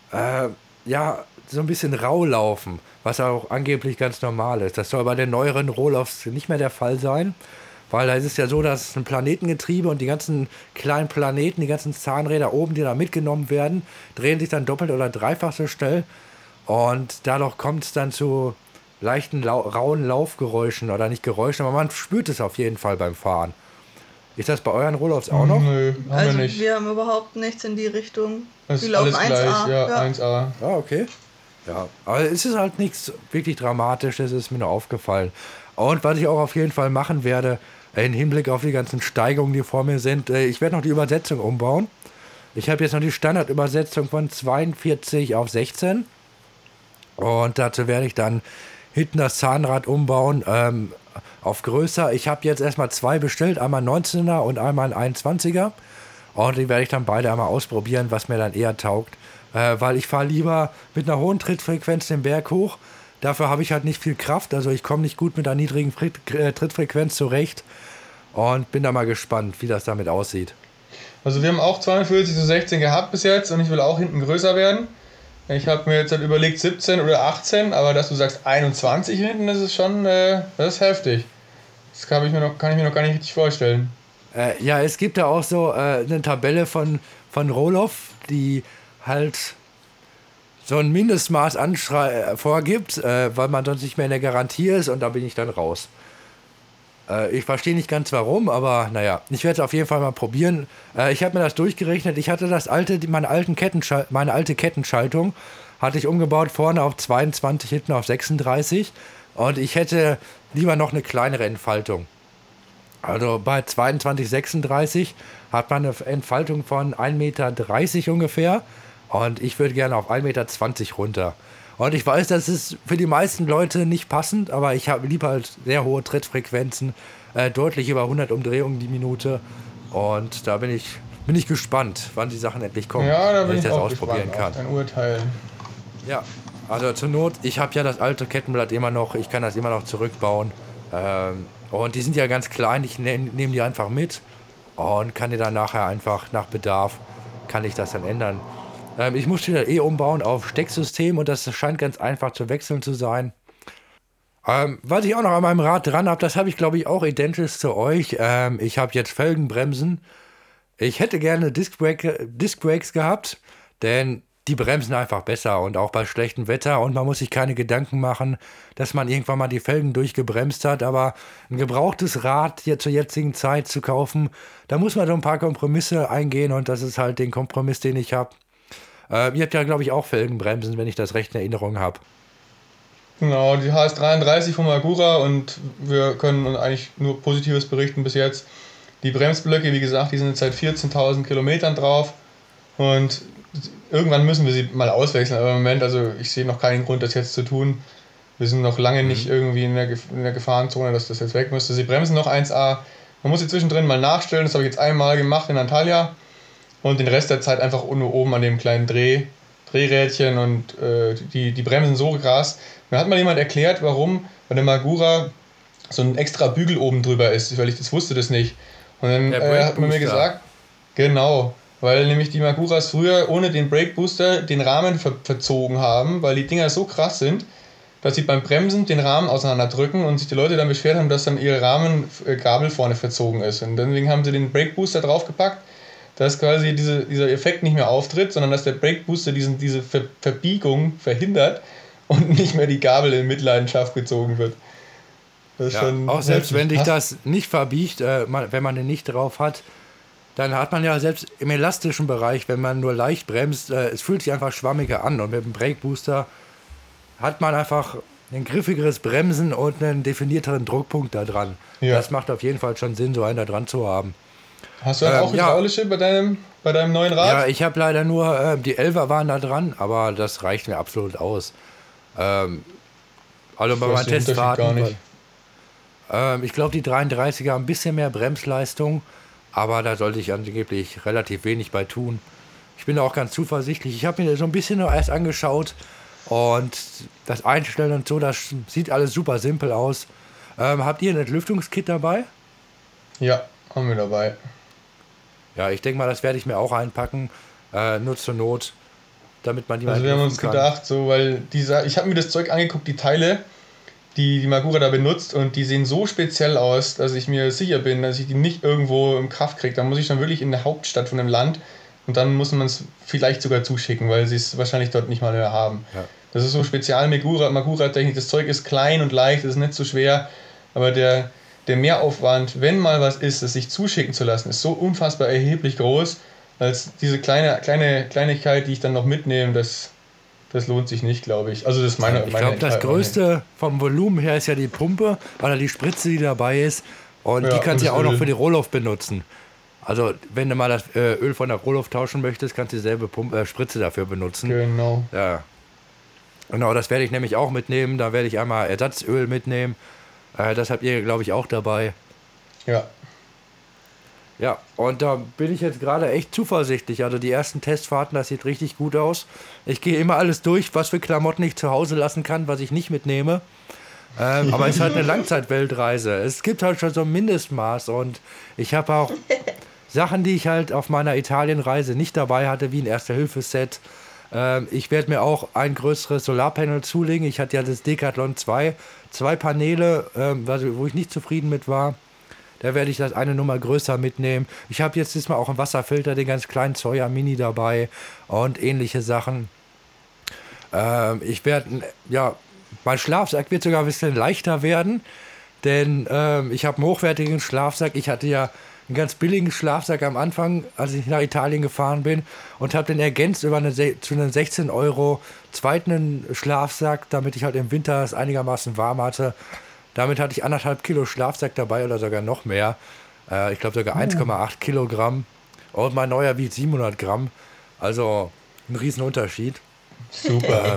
Speaker 1: so ein bisschen rau laufen, was auch angeblich ganz normal ist. Das soll bei den neueren Rohloffs nicht mehr der Fall sein. Weil da ist es ja so, dass ein Planetengetriebe und die ganzen kleinen Planeten, die ganzen Zahnräder oben, die da mitgenommen werden, drehen sich dann doppelt oder dreifach so schnell. Und dadurch kommt es dann zu leichten, rauen Laufgeräuschen oder nicht Geräuschen, aber man spürt es auf jeden Fall beim Fahren. Ist das bei euren Rohloffs auch noch?
Speaker 3: Nö, haben
Speaker 2: Also
Speaker 3: wir nicht.
Speaker 2: wir haben überhaupt nichts in die Richtung.
Speaker 3: Das
Speaker 2: Die
Speaker 3: ist
Speaker 2: laufen
Speaker 3: alles gleich,
Speaker 2: 1A.
Speaker 3: ja,
Speaker 2: Ja.
Speaker 3: 1A.
Speaker 1: Ah, okay. Ja, aber es ist halt nichts wirklich Dramatisches, ist mir nur aufgefallen. Und was ich auch auf jeden Fall machen werde, im Hinblick auf die ganzen Steigungen, die vor mir sind, ich werde noch die Übersetzung umbauen. Ich habe jetzt noch die Standardübersetzung von 42 auf 16. Und dazu werde ich dann hinten das Zahnrad umbauen auf größer. Ich habe jetzt erstmal 2 bestellt, einmal 19er und einmal ein 21er. Und die werde ich dann beide einmal ausprobieren, was mir dann eher taugt. Weil ich fahre lieber mit einer hohen Trittfrequenz den Berg hoch. Dafür habe ich halt nicht viel Kraft, also ich komme nicht gut mit einer niedrigen Trittfrequenz zurecht und bin da mal gespannt, wie das damit aussieht.
Speaker 3: Also wir haben auch 42 zu 16 gehabt bis jetzt und ich will auch hinten größer werden. Ich habe mir jetzt halt überlegt 17 oder 18, aber dass du sagst 21 hinten, das ist schon, das ist heftig. Das kann ich mir noch gar nicht richtig vorstellen.
Speaker 1: Ja, es gibt ja auch so eine Tabelle von Rohloff, die halt so ein Mindestmaß vorgibt, weil man sonst nicht mehr in der Garantie ist und da bin ich dann raus. Ich verstehe nicht ganz warum, aber naja, ich werde es auf jeden Fall mal probieren. Ich habe mir das durchgerechnet. Ich hatte meine alte Kettenschaltung hatte ich umgebaut, vorne auf 22, hinten auf 36 und ich hätte lieber noch eine kleinere Entfaltung. Also bei 22, 36 hat man eine Entfaltung von 1,30 Meter ungefähr. Und ich würde gerne auf 1,20 Meter runter. Und ich weiß, das ist für die meisten Leute nicht passend, aber ich habe lieber halt sehr hohe Trittfrequenzen, deutlich über 100 Umdrehungen die Minute. Und da bin ich gespannt, wann die Sachen endlich kommen,
Speaker 3: Ja, da bin
Speaker 1: wenn
Speaker 3: ich
Speaker 1: das
Speaker 3: auch
Speaker 1: ausprobieren
Speaker 3: gespannt
Speaker 1: kann.
Speaker 3: auf dein Urteil.
Speaker 1: Ja, also zur Not, ich habe ja das alte Kettenblatt immer noch, ich kann das immer noch zurückbauen. Und die sind ja ganz klein, ich nehme die einfach mit und kann die dann nachher einfach nach Bedarf, kann ich das dann ändern. Ich muss wieder umbauen auf Stecksystem und das scheint ganz einfach zu wechseln zu sein. Was ich auch noch an meinem Rad dran habe, das habe ich glaube ich auch identisch zu euch. Ich habe jetzt Felgenbremsen. Ich hätte gerne Disc Brakes gehabt, denn die bremsen einfach besser und auch bei schlechtem Wetter und man muss sich keine Gedanken machen, dass man irgendwann mal die Felgen durchgebremst hat. Aber ein gebrauchtes Rad hier zur jetzigen Zeit zu kaufen, da muss man so ein paar Kompromisse eingehen und das ist halt den Kompromiss, den ich habe. Ihr habt ja, glaube ich, auch Felgenbremsen, wenn ich das recht in Erinnerung habe.
Speaker 3: Genau, die HS33 von Magura und wir können uns eigentlich nur Positives berichten bis jetzt. Die Bremsblöcke, wie gesagt, die sind jetzt seit 14.000 Kilometern drauf und irgendwann müssen wir sie mal auswechseln, aber im Moment, also ich sehe noch keinen Grund, das jetzt zu tun. Wir sind noch lange nicht irgendwie in der Gefahrenzone, dass das jetzt weg müsste. Sie bremsen noch 1A. Man muss sie zwischendrin mal nachstellen, das habe ich jetzt einmal gemacht in Antalya und den Rest der Zeit einfach nur oben an dem kleinen Drehrädchen und die Bremsen so krass. Mir hat mal jemand erklärt, warum bei der Magura so ein extra Bügel oben drüber ist, weil ich wusste das nicht. Und dann hat man mir gesagt, genau, weil nämlich die Maguras früher ohne den Brake Booster den Rahmen verzogen haben, weil die Dinger so krass sind, dass sie beim Bremsen den Rahmen auseinanderdrücken und sich die Leute dann beschwert haben, dass dann ihre Rahmengabel vorne verzogen ist. Und deswegen haben sie den Brake Booster draufgepackt, dass quasi dieser Effekt nicht mehr auftritt, sondern dass der Brake Booster diese Verbiegung verhindert und nicht mehr die Gabel in Mitleidenschaft gezogen wird.
Speaker 1: Ja, auch selbst wenn dich das nicht verbiegt, wenn man den nicht drauf hat, dann hat man ja selbst im elastischen Bereich, wenn man nur leicht bremst, es fühlt sich einfach schwammiger an. Und mit dem Brake Booster hat man einfach ein griffigeres Bremsen und einen definierteren Druckpunkt da dran. Ja. Das macht auf jeden Fall schon Sinn, so einen da dran zu haben.
Speaker 3: Hast du dann auch hydraulische bei deinem neuen Rad?
Speaker 1: Ja, ich habe leider nur, die 11er waren da dran, aber das reicht mir absolut aus. Also bei meinen Testfahrten, ich glaube, die 33er haben ein bisschen mehr Bremsleistung, aber da sollte ich angeblich relativ wenig bei tun. Ich bin auch ganz zuversichtlich. Ich habe mir so ein bisschen noch erst angeschaut und das Einstellen und so, das sieht alles super simpel aus. Habt ihr ein Entlüftungskit dabei?
Speaker 3: Ja, haben wir dabei.
Speaker 1: Ja, ich denke mal, das werde ich mir auch einpacken, nur zur Not, damit man die mal
Speaker 3: Also wir haben uns gedacht, so, weil ich habe mir das Zeug angeguckt, die Teile, die Magura da benutzt und die sehen so speziell aus, dass ich mir sicher bin, dass ich die nicht irgendwo im Kraft kriege. Da muss ich dann wirklich in der Hauptstadt von dem Land und dann muss man es vielleicht sogar zuschicken, weil sie es wahrscheinlich dort nicht mal mehr haben. Ja. Das ist so spezial Magura-Technik. Das Zeug ist klein und leicht, ist nicht so schwer, aber der Mehraufwand, wenn mal was ist, es sich zuschicken zu lassen, ist so unfassbar erheblich groß, als diese Kleinigkeit, die ich dann noch mitnehme, das lohnt sich nicht, glaube ich. Also das ist meine
Speaker 1: Ich glaube, das Größte vom Volumen her ist ja die Pumpe oder die Spritze, die dabei ist. Und die kannst du ja auch noch für die Rohluft benutzen. Also wenn du mal das Öl von der Rohluft tauschen möchtest, kannst du dieselbe Spritze dafür benutzen.
Speaker 3: Genau.
Speaker 1: Ja. Genau, das werde ich nämlich auch mitnehmen. Da werde ich einmal Ersatzöl mitnehmen. Das habt ihr, glaube ich, auch dabei.
Speaker 3: Ja.
Speaker 1: Ja, und da bin ich jetzt gerade echt zuversichtlich. Also die ersten Testfahrten, das sieht richtig gut aus. Ich gehe immer alles durch, was für Klamotten ich zu Hause lassen kann, was ich nicht mitnehme. Aber es ist halt eine Langzeitweltreise. Es gibt halt schon so ein Mindestmaß. Und ich habe auch Sachen, die ich halt auf meiner Italienreise nicht dabei hatte, wie ein Erste-Hilfe-Set. Ich werde mir auch ein größeres Solarpanel zulegen. Ich hatte ja das Decathlon 2 Paneele, wo ich nicht zufrieden mit war. Da werde ich das eine Nummer größer mitnehmen. Ich habe jetzt diesmal auch einen Wasserfilter, den ganz kleinen Zoya Mini dabei und ähnliche Sachen. Ich werde, mein Schlafsack wird sogar ein bisschen leichter werden, denn ich habe einen hochwertigen Schlafsack. Ich hatte ja einen ganz billigen Schlafsack am Anfang, als ich nach Italien gefahren bin und habe den ergänzt zu einem 16 € zweiten Schlafsack, damit ich halt im Winter es einigermaßen warm hatte. Damit hatte ich 1,5 Kilo Schlafsack dabei oder sogar noch mehr. Ich glaube sogar 1,8 Kilogramm. Und mein neuer wiegt 700 Gramm. Also ein Riesenunterschied.
Speaker 3: Super.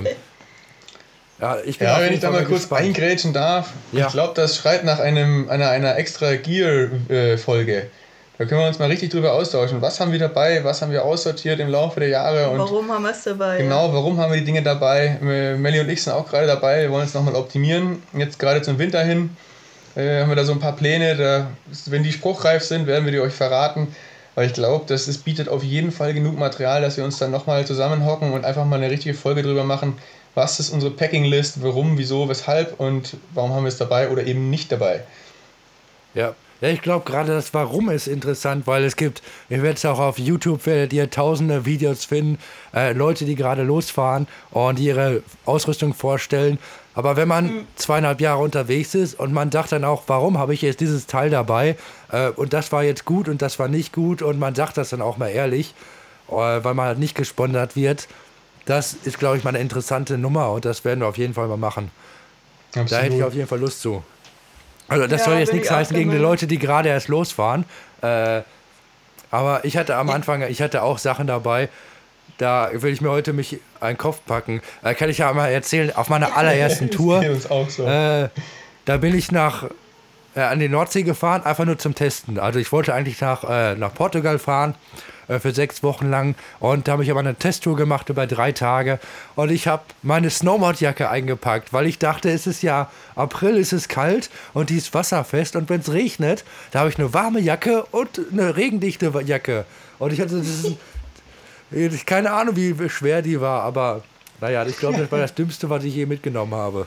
Speaker 3: Wenn ich da mal kurz eingrätschen darf. Ja. Ich glaube, das schreit nach einer extra Gear-Folge. Da können wir uns mal richtig drüber austauschen. Was haben wir dabei? Was haben wir aussortiert im Laufe der Jahre? Und
Speaker 2: warum haben wir es dabei?
Speaker 3: Genau, warum haben wir die Dinge dabei? Melli und ich sind auch gerade dabei. Wir wollen es nochmal optimieren. Jetzt gerade zum Winter hin haben wir da so ein paar Pläne. Wenn die spruchreif sind, werden wir die euch verraten. Weil ich glaube, es bietet auf jeden Fall genug Material, dass wir uns dann nochmal zusammenhocken und einfach mal eine richtige Folge drüber machen. Was ist unsere Packing-List? Warum, wieso, weshalb und warum haben wir es dabei oder eben nicht dabei?
Speaker 1: Ja, ich glaube gerade das Warum ist interessant, weil ihr werdet es auch auf YouTube, werdet ihr tausende Videos finden, Leute, die gerade losfahren und die ihre Ausrüstung vorstellen. Aber wenn man 2,5 Jahre unterwegs ist und man sagt dann auch, warum habe ich jetzt dieses Teil dabei und das war jetzt gut und das war nicht gut und man sagt das dann auch mal ehrlich, weil man halt nicht gesponsert wird, das ist, glaube ich, mal eine interessante Nummer und das werden wir auf jeden Fall mal machen.
Speaker 3: Absolut.
Speaker 1: Da hätte ich auf jeden Fall Lust zu. Also das soll jetzt nichts heißen gegen die Leute, die gerade erst losfahren. Aber ich hatte am Anfang, auch Sachen dabei, da will ich mir heute einen Kopf packen. Kann ich ja mal erzählen, auf meiner allerersten Tour,
Speaker 3: uns auch so.
Speaker 1: da bin ich an die Nordsee gefahren, einfach nur zum Testen. Also ich wollte eigentlich nach Portugal fahren, für 6 Wochen lang. Und da habe ich aber eine Testtour gemacht über 3 Tage. Und ich habe meine Snowboardjacke eingepackt, weil ich dachte, es ist ja April, es ist kalt und die ist wasserfest. Und wenn es regnet, da habe ich eine warme Jacke und eine regendichte Jacke. Und ich hatte keine Ahnung, wie schwer die war, aber naja, ich glaube, das war das Dümmste, was ich je mitgenommen habe.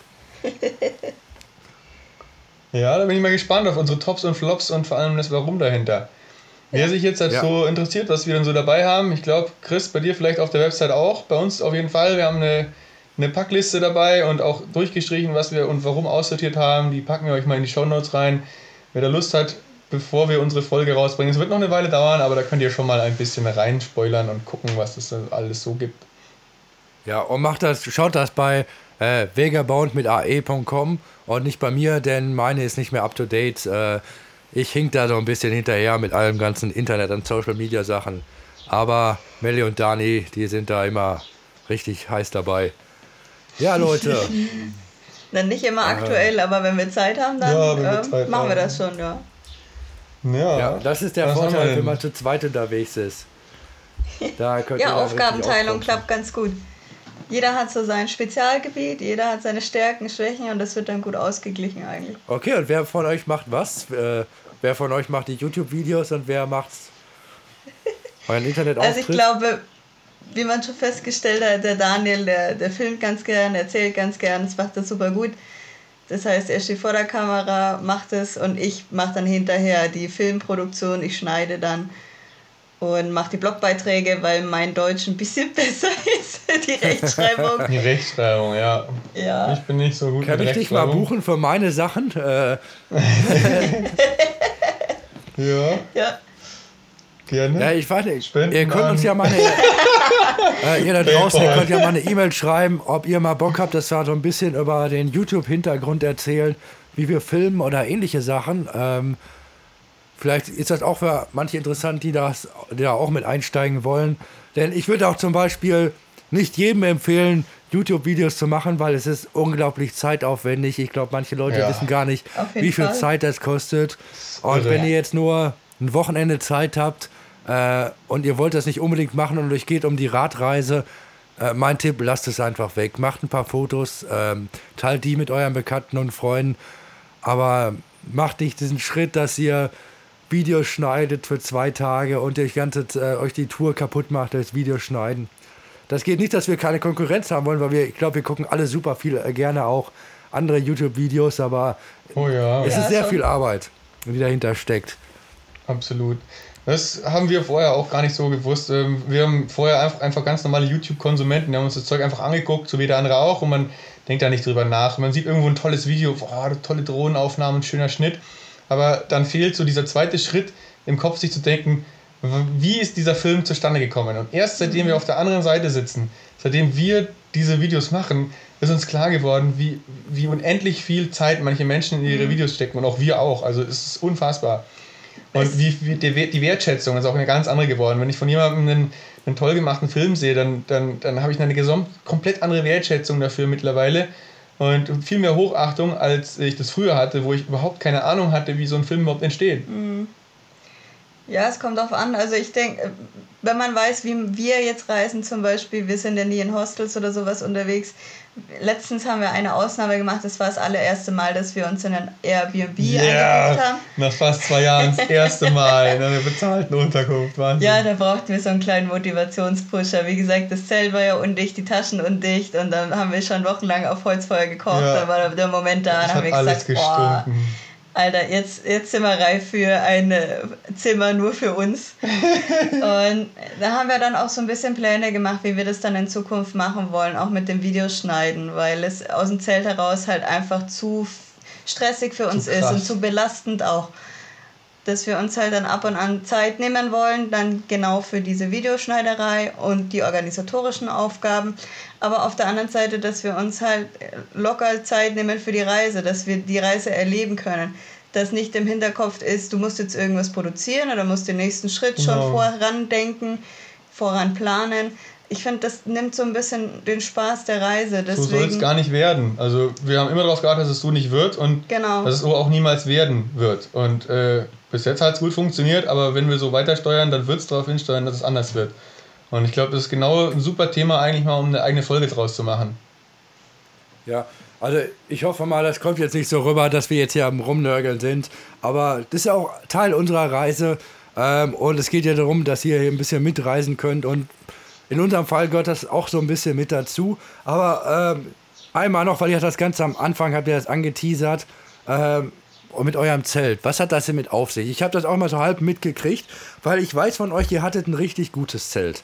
Speaker 3: Ja, da bin ich mal gespannt auf unsere Tops und Flops und vor allem das Warum dahinter. Wer sich jetzt so interessiert, was wir dann so dabei haben, ich glaube, Chris, bei dir vielleicht auf der Website auch, bei uns auf jeden Fall. Wir haben eine Packliste dabei und auch durchgestrichen, was wir und warum aussortiert haben. Die packen wir euch mal in die Shownotes rein. Wer da Lust hat, bevor wir unsere Folge rausbringen. Es wird noch eine Weile dauern, aber da könnt ihr schon mal ein bisschen reinspoilern und gucken, was es alles so gibt.
Speaker 1: Ja, und schaut das bei vagabond mit ae.com und nicht bei mir, denn meine ist nicht mehr up to date. Ich hink da so ein bisschen hinterher mit allem ganzen Internet- und Social-Media-Sachen. Aber Melli und Dani, die sind da immer richtig heiß dabei. Ja, Leute.
Speaker 2: Dann nicht immer aktuell, aber wenn wir Zeit haben, dann machen wir das schon, ja.
Speaker 1: Ja, das ist der Vorteil, wenn man zu zweit unterwegs ist. Da
Speaker 2: Aufgabenteilung klappt ganz gut. Jeder hat so sein Spezialgebiet, jeder hat seine Stärken, Schwächen und das wird dann gut ausgeglichen eigentlich.
Speaker 1: Okay, und wer von euch macht was? Wer von euch macht die YouTube-Videos und wer macht's euren Internetauftritt?
Speaker 2: Also ich glaube, wie man schon festgestellt hat, der Daniel, der filmt ganz gern, erzählt ganz gern, das macht das super gut. Das heißt, er steht vor der Kamera, macht es und ich mache dann hinterher die Filmproduktion, ich schneide dann und mache die Blogbeiträge, weil mein Deutsch ein bisschen besser ist, die Rechtschreibung.
Speaker 3: Die Rechtschreibung, ja. Ich bin nicht so gut
Speaker 1: mit Rechtschreibung. Kann ich dich mal buchen für meine Sachen?
Speaker 3: Ja. Gerne.
Speaker 1: Ja, ich weiß nicht. Ihr könnt uns ja mal ihr da draußen, ihr könnt ja mal eine E-Mail schreiben, ob ihr mal Bock habt, dass wir so ein bisschen über den YouTube-Hintergrund erzählen, wie wir filmen oder ähnliche Sachen. Vielleicht ist das auch für manche interessant, die da auch mit einsteigen wollen. Denn ich würde auch zum Beispiel nicht jedem empfehlen, YouTube-Videos zu machen, weil es ist unglaublich zeitaufwendig. Ich glaube, manche Leute wissen gar nicht, wie viel Zeit das kostet. Und wenn ihr jetzt nur ein Wochenende Zeit habt und ihr wollt das nicht unbedingt machen und euch geht um die Radreise, mein Tipp, lasst es einfach weg. Macht ein paar Fotos, teilt die mit euren Bekannten und Freunden, aber macht nicht diesen Schritt, dass ihr Videos schneidet für 2 Tage und euch die Tour kaputt macht durch Videos schneiden. Das geht nicht, dass wir keine Konkurrenz haben wollen, weil ich glaube, wir gucken alle super viel gerne auch andere YouTube-Videos, aber es ist sehr viel Arbeit, die dahinter steckt.
Speaker 3: Absolut. Das haben wir vorher auch gar nicht so gewusst. Wir haben vorher einfach ganz normale YouTube-Konsumenten, die haben uns das Zeug einfach angeguckt, so wie der andere auch, und man denkt da nicht drüber nach. Man sieht irgendwo ein tolles Video, tolle Drohnenaufnahmen, schöner Schnitt, aber dann fehlt so dieser zweite Schritt im Kopf, sich zu denken, wie ist dieser Film zustande gekommen? Und erst seitdem wir auf der anderen Seite sitzen, seitdem wir diese Videos machen, ist uns klar geworden, wie unendlich viel Zeit manche Menschen in ihre Videos stecken und auch wir auch. Also es ist unfassbar. Und wie die Wertschätzung ist auch eine ganz andere geworden. Wenn ich von jemandem einen toll gemachten Film sehe, dann habe ich eine komplett andere Wertschätzung dafür mittlerweile und viel mehr Hochachtung, als ich das früher hatte, wo ich überhaupt keine Ahnung hatte, wie so ein Film überhaupt entsteht.
Speaker 2: Ja, es kommt drauf an. Also ich denke, wenn man weiß, wie wir jetzt reisen zum Beispiel, wir sind ja nie in Hostels oder sowas unterwegs. Letztens haben wir eine Ausnahme gemacht, das war das allererste Mal, dass wir uns in ein Airbnb eingebucht haben.
Speaker 3: Nach fast 2 Jahren das erste Mal in einer bezahlten Unterkunft. Wahnsinn.
Speaker 2: Ja, da brauchten wir so einen kleinen Motivationspusher. Wie gesagt, das Zelt war ja undicht, die Taschen undicht und dann haben wir schon wochenlang auf Holzfeuer gekocht. Da war der Moment da, dann haben wir gesagt, Alter, jetzt sind wir reif für ein Zimmer nur für uns. Und da haben wir dann auch so ein bisschen Pläne gemacht, wie wir das dann in Zukunft machen wollen, auch mit dem Videoschneiden, weil es aus dem Zelt heraus halt einfach zu stressig für uns ist und zu belastend auch. Dass wir uns halt dann ab und an Zeit nehmen wollen, dann genau für diese Videoschneiderei und die organisatorischen Aufgaben. Aber auf der anderen Seite, dass wir uns halt locker Zeit nehmen für die Reise, dass wir die Reise erleben können. dass nicht im Hinterkopf ist, du musst jetzt irgendwas produzieren oder musst den nächsten Schritt schon vorandenken, voran planen. Ich finde, das nimmt so ein bisschen den Spaß der Reise. Deswegen,
Speaker 3: so soll es gar nicht werden. Also wir haben immer darauf geachtet, dass es so nicht wird und dass es so auch niemals werden wird. Und bis jetzt hat es gut funktioniert, aber wenn wir so weiter steuern, dann wird es darauf hinsteuern, dass es anders wird. Und ich glaube, das ist genau ein super Thema eigentlich mal, um eine eigene Folge draus zu machen.
Speaker 1: Ja, also ich hoffe mal, das kommt jetzt nicht so rüber, dass wir jetzt hier am Rumnörgeln sind. Aber das ist ja auch Teil unserer Reise. Und es geht ja darum, dass ihr hier ein bisschen mitreisen könnt. Und in unserem Fall gehört das auch so ein bisschen mit dazu. Aber einmal noch, weil ihr das Ganze am Anfang habt ihr das angeteasert. Und mit eurem Zelt. Was hat das denn mit auf sich? Ich habe das auch mal so halb mitgekriegt, weil ich weiß von euch, ihr hattet ein richtig gutes Zelt.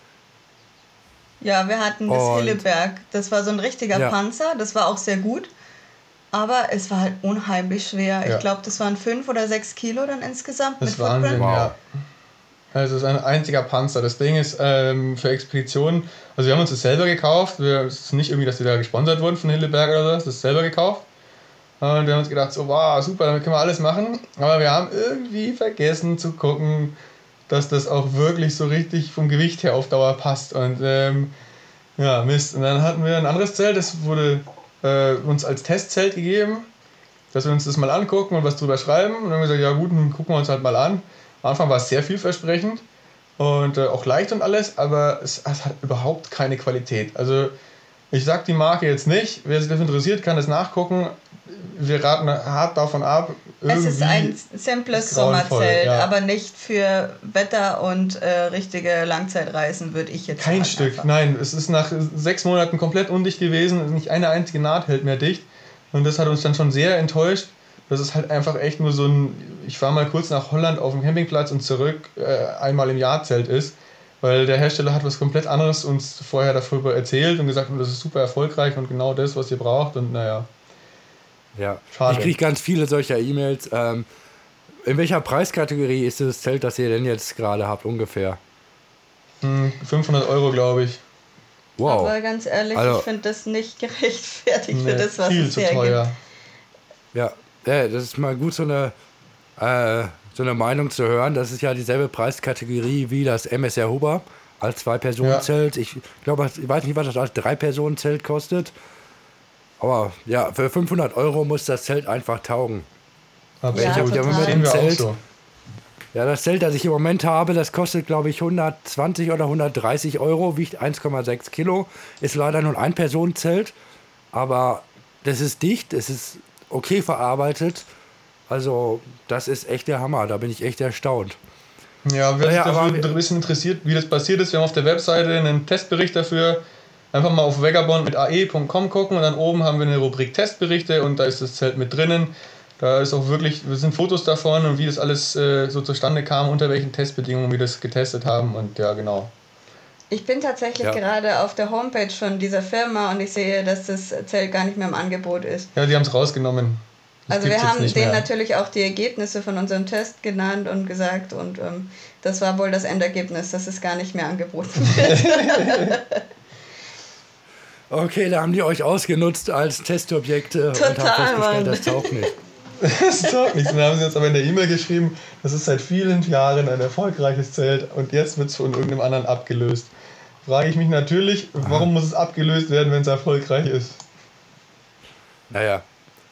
Speaker 2: Ja, wir hatten das Hilleberg. Das war so ein richtiger Panzer. Das war auch sehr gut. Aber es war halt unheimlich schwer. Ja. Ich glaube, das waren 5 oder 6 Kilo dann insgesamt.
Speaker 3: Das ist Wahnsinn, ja. Also es ist ein einziger Panzer. Das Ding ist für Expeditionen, also wir haben uns das selber gekauft. Es ist nicht irgendwie, dass wir da gesponsert wurden von Hilleberg oder so. Das ist selber gekauft. Und wir haben uns gedacht, so wow, super, damit können wir alles machen. Aber wir haben irgendwie vergessen zu gucken, dass das auch wirklich so richtig vom Gewicht her auf Dauer passt. Und ja, Mist. Und dann hatten wir ein anderes Zelt, das wurde uns als Testzelt gegeben, dass wir uns das mal angucken und was drüber schreiben. Und dann haben wir gesagt, ja gut, dann gucken wir uns halt mal an. Am Anfang war es sehr vielversprechend und auch leicht und alles, aber es hat überhaupt keine Qualität. Also ich sag die Marke jetzt nicht, wer sich dafür interessiert, kann das nachgucken. Wir raten hart davon ab.
Speaker 2: Es ist ein simples Sommerzelt, aber nicht für Wetter und richtige Langzeitreisen, würde ich jetzt sagen.
Speaker 3: Kein Stück, einfach. Nein. Es ist nach 6 Monaten komplett undicht gewesen. Nicht eine einzige Naht hält mehr dicht. Und das hat uns dann schon sehr enttäuscht. Das ist halt einfach echt nur so ein, ich war mal kurz nach Holland auf dem Campingplatz und zurück, einmal im Jahr Zelt ist. Weil der Hersteller hat was komplett anderes uns vorher darüber erzählt und gesagt, das ist super erfolgreich und genau das, was ihr braucht. Und naja.
Speaker 1: Ja, schade. Ich kriege ganz viele solcher E-Mails. In welcher Preiskategorie ist das Zelt, das ihr denn jetzt gerade habt, ungefähr?
Speaker 3: 500 €, glaube ich.
Speaker 2: Wow. Aber ganz ehrlich, ich finde das nicht gerechtfertigt für das, was
Speaker 3: viel
Speaker 2: es
Speaker 3: zu teuer.
Speaker 1: Ja, das ist mal gut, so eine Meinung zu hören. Das ist ja dieselbe Preiskategorie wie das MSR Huber als 2-Personen-Zelt. Ja. Ich glaube, ich weiß nicht, was das als 3-Personen-Zelt kostet. Aber ja, für 500 € muss das Zelt einfach taugen.
Speaker 3: Absolut.
Speaker 1: Ja, das Zelt, das ich im Moment habe, das kostet, glaube ich, 120 oder 130 €, wiegt 1,6 Kilo. Ist leider nur ein Personenzelt, aber das ist dicht, es ist okay verarbeitet. Also, das ist echt der Hammer, da bin ich echt erstaunt.
Speaker 3: Ja, wer sich dafür ein bisschen interessiert, wie das passiert ist, wir haben auf der Webseite einen Testbericht dafür. Einfach mal auf vagabond mit ae.com gucken und dann oben haben wir eine Rubrik Testberichte und da ist das Zelt mit drinnen. Da ist auch wirklich, wir sind Fotos davon und wie das alles so zustande kam, unter welchen Testbedingungen wir das getestet haben und ja, genau.
Speaker 2: Ich bin tatsächlich gerade auf der Homepage von dieser Firma und ich sehe, dass das Zelt gar nicht mehr im Angebot ist.
Speaker 3: Ja, die haben es rausgenommen.
Speaker 2: Also wir haben denen natürlich auch die Ergebnisse von unserem Test genannt und gesagt und das war wohl das Endergebnis, dass es gar nicht mehr angeboten wird.
Speaker 1: Okay, da haben die euch ausgenutzt als Testobjekte
Speaker 2: Total,
Speaker 1: und haben festgestellt, das taugt nicht.
Speaker 3: Das taugt nicht. Dann haben sie uns aber in der E-Mail geschrieben, das ist seit vielen Jahren ein erfolgreiches Zelt und jetzt wird es von irgendeinem anderen abgelöst. Frage ich mich natürlich, warum muss es abgelöst werden, wenn es erfolgreich ist?
Speaker 1: Naja.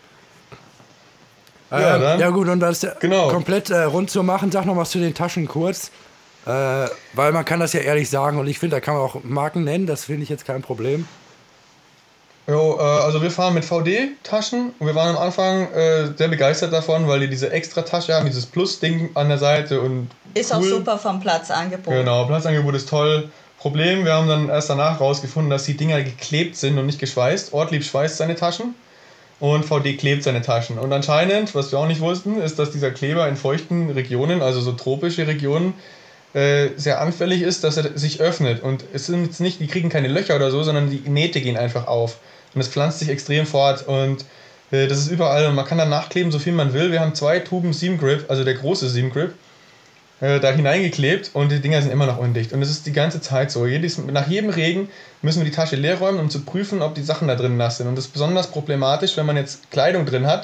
Speaker 3: Dann,
Speaker 1: ja gut, und das komplett rund zu machen, sag noch was zu den Taschen kurz. Weil man kann das ja ehrlich sagen und ich finde, da kann man auch Marken nennen, das finde ich jetzt kein Problem.
Speaker 3: Also wir fahren mit VD-Taschen und wir waren am Anfang sehr begeistert davon, weil die diese extra Tasche haben, dieses Plus-Ding an der Seite und
Speaker 2: ist cool. Auch super vom Platzangebot.
Speaker 3: Genau, Platzangebot ist toll. Problem, wir haben dann erst danach rausgefunden, dass die Dinger geklebt sind und nicht geschweißt. Ortlieb schweißt seine Taschen und VD klebt seine Taschen. Und anscheinend, was wir auch nicht wussten, ist, dass dieser Kleber in feuchten Regionen, also so tropische Regionen, sehr anfällig ist, dass er sich öffnet. Und es sind jetzt nicht, die kriegen keine Löcher oder so, sondern die Nähte gehen einfach auf. Und es pflanzt sich extrem fort und das ist überall und man kann dann nachkleben, so viel man will. Wir haben 2 Tuben Seam Grip, also der große Seam Grip, da hineingeklebt und die Dinger sind immer noch undicht. Und das ist die ganze Zeit so. Nach jedem Regen müssen wir die Tasche leer räumen, um zu prüfen, ob die Sachen da drin nass sind. Und das ist besonders problematisch, wenn man jetzt Kleidung drin hat,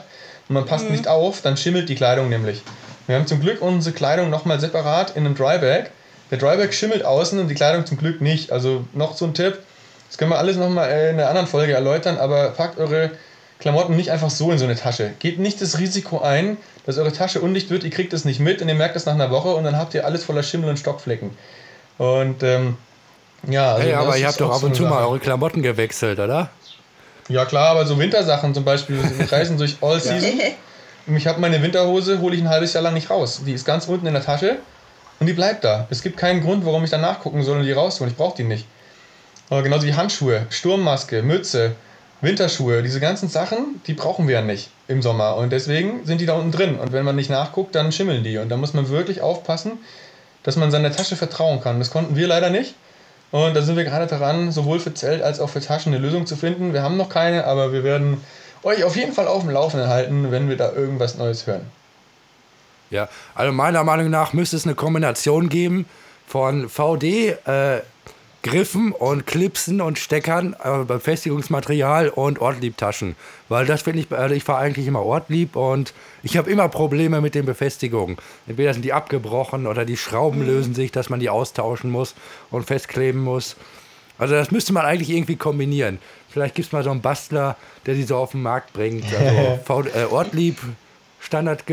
Speaker 3: und man passt nicht auf, dann schimmelt die Kleidung nämlich. Wir haben zum Glück unsere Kleidung nochmal separat in einem Drybag. Der Drybag schimmelt außen und die Kleidung zum Glück nicht. Also noch so ein Tipp, das können wir alles nochmal in einer anderen Folge erläutern, aber packt eure Klamotten nicht einfach so in so eine Tasche. Gebt nicht das Risiko ein, dass eure Tasche undicht wird, ihr kriegt es nicht mit und ihr merkt es nach einer Woche und dann habt ihr alles voller Schimmel und Stockflecken. Und ja, also
Speaker 1: hey, aber ihr habt doch ab und zu mal eure Klamotten gewechselt, oder?
Speaker 3: Ja klar, aber so Wintersachen zum Beispiel, wir reisen durch All Season. Ich habe meine Winterhose, hole ich ein halbes Jahr lang nicht raus. Die ist ganz unten in der Tasche und die bleibt da. Es gibt keinen Grund, warum ich dann nachgucken soll und die rausholen. Ich brauche die nicht. Aber genauso wie Handschuhe, Sturmmaske, Mütze, Winterschuhe, diese ganzen Sachen, die brauchen wir ja nicht im Sommer. Und deswegen sind die da unten drin. Und wenn man nicht nachguckt, dann schimmeln die. Und da muss man wirklich aufpassen, dass man seiner Tasche vertrauen kann. Das konnten wir leider nicht. Und da sind wir gerade daran, sowohl für Zelt als auch für Taschen eine Lösung zu finden. Wir haben noch keine, aber wir werden euch auf jeden Fall auf dem Laufenden halten, wenn wir da irgendwas Neues hören.
Speaker 1: Ja, also meiner Meinung nach müsste es eine Kombination geben von VD, Griffen und Clipsen und Steckern, Befestigungsmaterial und Ortlieb-Taschen. Weil das finde ich, also ich fahre eigentlich immer Ortlieb und ich habe immer Probleme mit den Befestigungen. Entweder sind die abgebrochen oder die Schrauben lösen sich, dass man die austauschen muss und festkleben muss. Also das müsste man eigentlich irgendwie kombinieren. Vielleicht gibt es mal so einen Bastler, der die so auf den Markt bringt. Also Ortlieb, Standard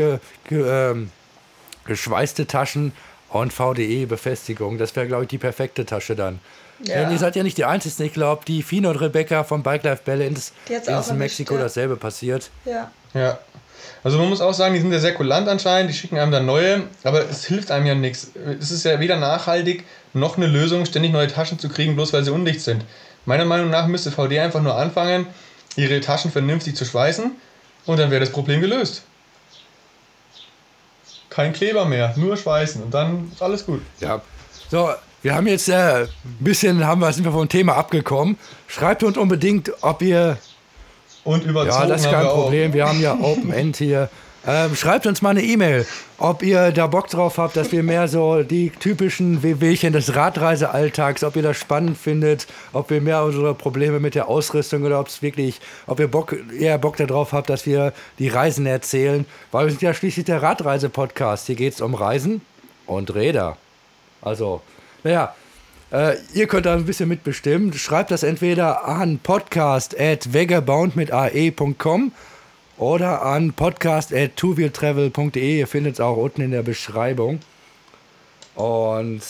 Speaker 1: geschweißte Taschen und VDE-Befestigung. Das wäre, glaube ich, die perfekte Tasche dann. Ja. Denn ihr seid ja nicht die Einzigen. Ich glaube, die Fine und Rebecca von Bike Life Balance, ist in Mexiko dasselbe passiert.
Speaker 3: Ja. Also man muss auch sagen, die sind ja sehr kulant anscheinend, die schicken einem dann neue, aber es hilft einem ja nichts. Es ist ja weder nachhaltig noch eine Lösung, ständig neue Taschen zu kriegen, bloß weil sie undicht sind. Meiner Meinung nach müsste VD einfach nur anfangen, ihre Taschen vernünftig zu schweißen und dann wäre das Problem gelöst. Kein Kleber mehr, nur schweißen und dann ist alles gut.
Speaker 1: Ja, so, wir haben jetzt ein bisschen, sind wir vom Thema abgekommen. Schreibt uns unbedingt, ob ihr...
Speaker 3: Und überzogen.
Speaker 1: Ja, das ist kein Problem, wir haben ja Open End hier. Schreibt uns mal eine E-Mail, ob ihr da Bock drauf habt, dass wir mehr so die typischen Wehwehchen des Radreisealltags, ob ihr das spannend findet, ob wir mehr unsere Probleme mit der Ausrüstung oder ob ihr eher Bock darauf habt, dass wir die Reisen erzählen, weil wir sind ja schließlich der Radreise-Podcast. Hier geht es um Reisen und Räder. Also, naja, ihr könnt da ein bisschen mitbestimmen. Schreibt das entweder an podcast@vagabond.ae.com oder an podcast@twowheeltravel.de. Ihr findet es auch unten in der Beschreibung. Und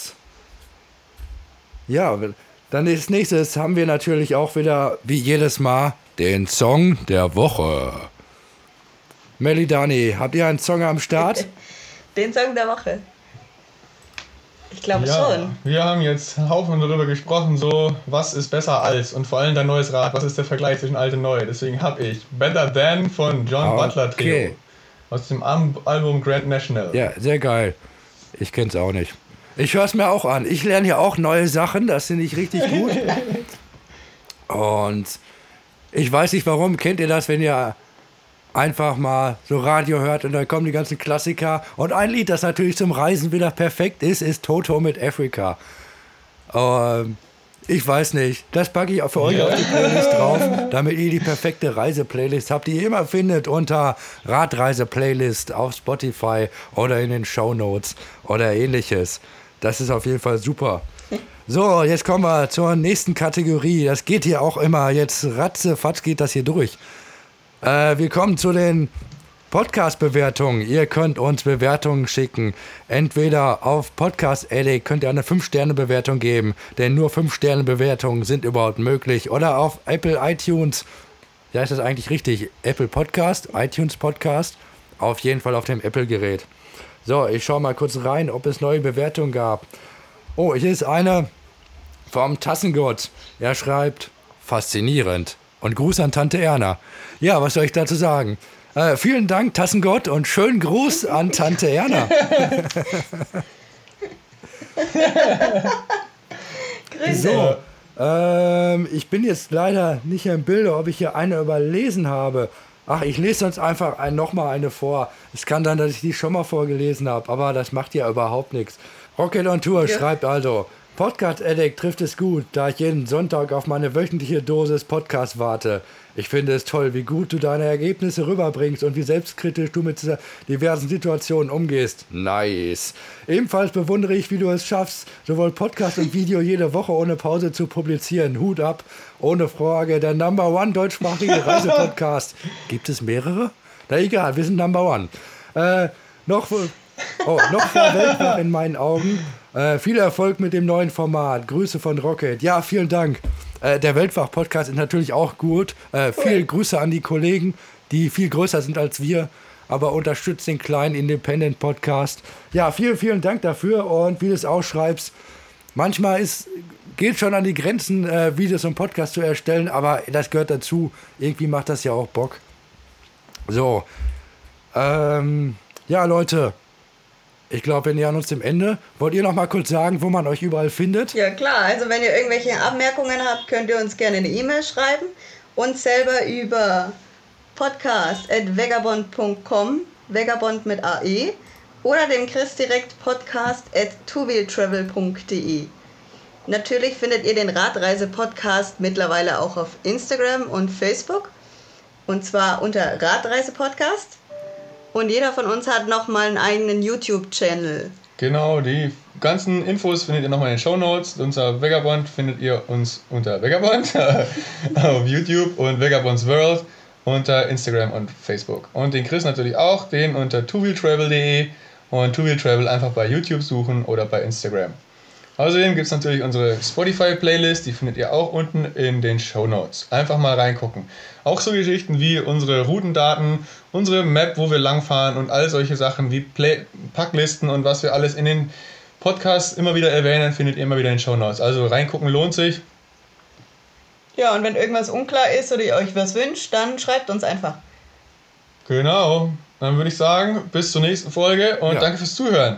Speaker 1: ja, dann als nächstes haben wir natürlich auch wieder, wie jedes Mal, den Song der Woche. Melidani, habt ihr einen Song am Start?
Speaker 2: Den Song der Woche. Ich glaube schon.
Speaker 3: Wir haben jetzt einen Haufen darüber gesprochen, so was ist besser als und vor allem dein neues Rad, was ist der Vergleich zwischen alt und neu. Deswegen habe ich Better Than von John Butler Trio aus dem Album Grand National.
Speaker 1: Ja, sehr geil. Ich kenne es auch nicht. Ich höre es mir auch an. Ich lerne ja auch neue Sachen, das finde ich richtig gut. Und ich weiß nicht warum, kennt ihr das, wenn ihr einfach mal so Radio hört und dann kommen die ganzen Klassiker. Und ein Lied, das natürlich zum Reisen wieder perfekt ist Toto mit Africa. Ich weiß nicht, das packe ich auch für euch auf die Playlist drauf, damit ihr die perfekte Reise-Playlist habt, die ihr immer findet unter Radreise-Playlist auf Spotify oder in den Shownotes oder ähnliches. Das ist auf jeden Fall super. So, jetzt kommen wir zur nächsten Kategorie. Das geht hier auch immer, jetzt ratzefatz geht das hier durch. Wir kommen zu den Podcast-Bewertungen. Ihr könnt uns Bewertungen schicken. Entweder auf Podcast Addict könnt ihr eine 5-Sterne-Bewertung geben, denn nur 5-Sterne-Bewertungen sind überhaupt möglich. Oder auf Apple iTunes. Ja, ist das eigentlich richtig? Apple Podcast, iTunes Podcast. Auf jeden Fall auf dem Apple-Gerät. So, ich schaue mal kurz rein, ob es neue Bewertungen gab. Oh, hier ist eine vom Tassengott. Er schreibt, faszinierend. Und Gruß an Tante Erna. Ja, was soll ich dazu sagen? Vielen Dank, Tassengott, und schönen Gruß an Tante Erna. So, ich bin jetzt leider nicht im Bilde, ob ich hier eine überlesen habe. Ach, ich lese sonst einfach nochmal eine vor. Es kann dann, dass ich die schon mal vorgelesen habe, aber das macht ja überhaupt nichts. Rocket on Tour schreibt also, Podcast Addict trifft es gut, da ich jeden Sonntag auf meine wöchentliche Dosis Podcast warte. Ich finde es toll, wie gut du deine Ergebnisse rüberbringst und wie selbstkritisch du mit diversen Situationen umgehst. Nice. Ebenfalls bewundere ich, wie du es schaffst, sowohl Podcast und Video jede Woche ohne Pause zu publizieren. Hut ab, ohne Frage, der Number One deutschsprachige Reisepodcast. Gibt es mehrere? Na egal, wir sind Number One. Noch vor Weltwach in meinen Augen. Viel Erfolg mit dem neuen Format. Grüße von Rocket. Ja, vielen Dank. Der Weltwach-Podcast ist natürlich auch gut. Viele Grüße an die Kollegen, die viel größer sind als wir, aber unterstützt den kleinen Independent-Podcast. Ja, vielen, vielen Dank dafür. Und wie du es ausschreibst, manchmal geht schon an die Grenzen, Videos und Podcasts zu erstellen, aber das gehört dazu. Irgendwie macht das ja auch Bock. So. Ja, Leute. Ich glaube, wir nähern uns dem Ende. Wollt ihr noch mal kurz sagen, wo man euch überall findet?
Speaker 2: Ja, klar. Also wenn ihr irgendwelche Abmerkungen habt, könnt ihr uns gerne eine E-Mail schreiben. Uns selber über podcast@vagabond.com, Vagabond mit AE, oder dem Chris direkt podcast@twowheeltravel.de. Natürlich findet ihr den Radreise-Podcast mittlerweile auch auf Instagram und Facebook. Und zwar unter Radreise-Podcast. Und jeder von uns hat nochmal einen eigenen YouTube-Channel.
Speaker 3: Genau, die ganzen Infos findet ihr nochmal in den Shownotes. Unser Vagabond findet ihr uns unter Vagabond auf YouTube und Vagabonds World unter Instagram und Facebook. Und den Chris natürlich auch, den unter twowheeltravel.de und twowheeltravel einfach bei YouTube suchen oder bei Instagram. Außerdem gibt es natürlich unsere Spotify-Playlist, die findet ihr auch unten in den Shownotes. Einfach mal reingucken. Auch so Geschichten wie unsere Routendaten, unsere Map, wo wir langfahren und all solche Sachen wie Packlisten und was wir alles in den Podcasts immer wieder erwähnen, findet ihr immer wieder in den Shownotes. Also reingucken lohnt sich.
Speaker 2: Ja, und wenn irgendwas unklar ist oder ihr euch was wünscht, dann schreibt uns einfach.
Speaker 3: Genau, dann würde ich sagen, bis zur nächsten Folge und danke fürs Zuhören.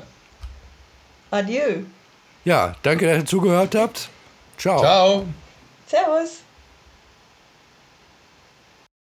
Speaker 2: Adieu.
Speaker 1: Ja, danke, dass ihr zugehört habt. Ciao.
Speaker 3: Ciao.
Speaker 2: Servus.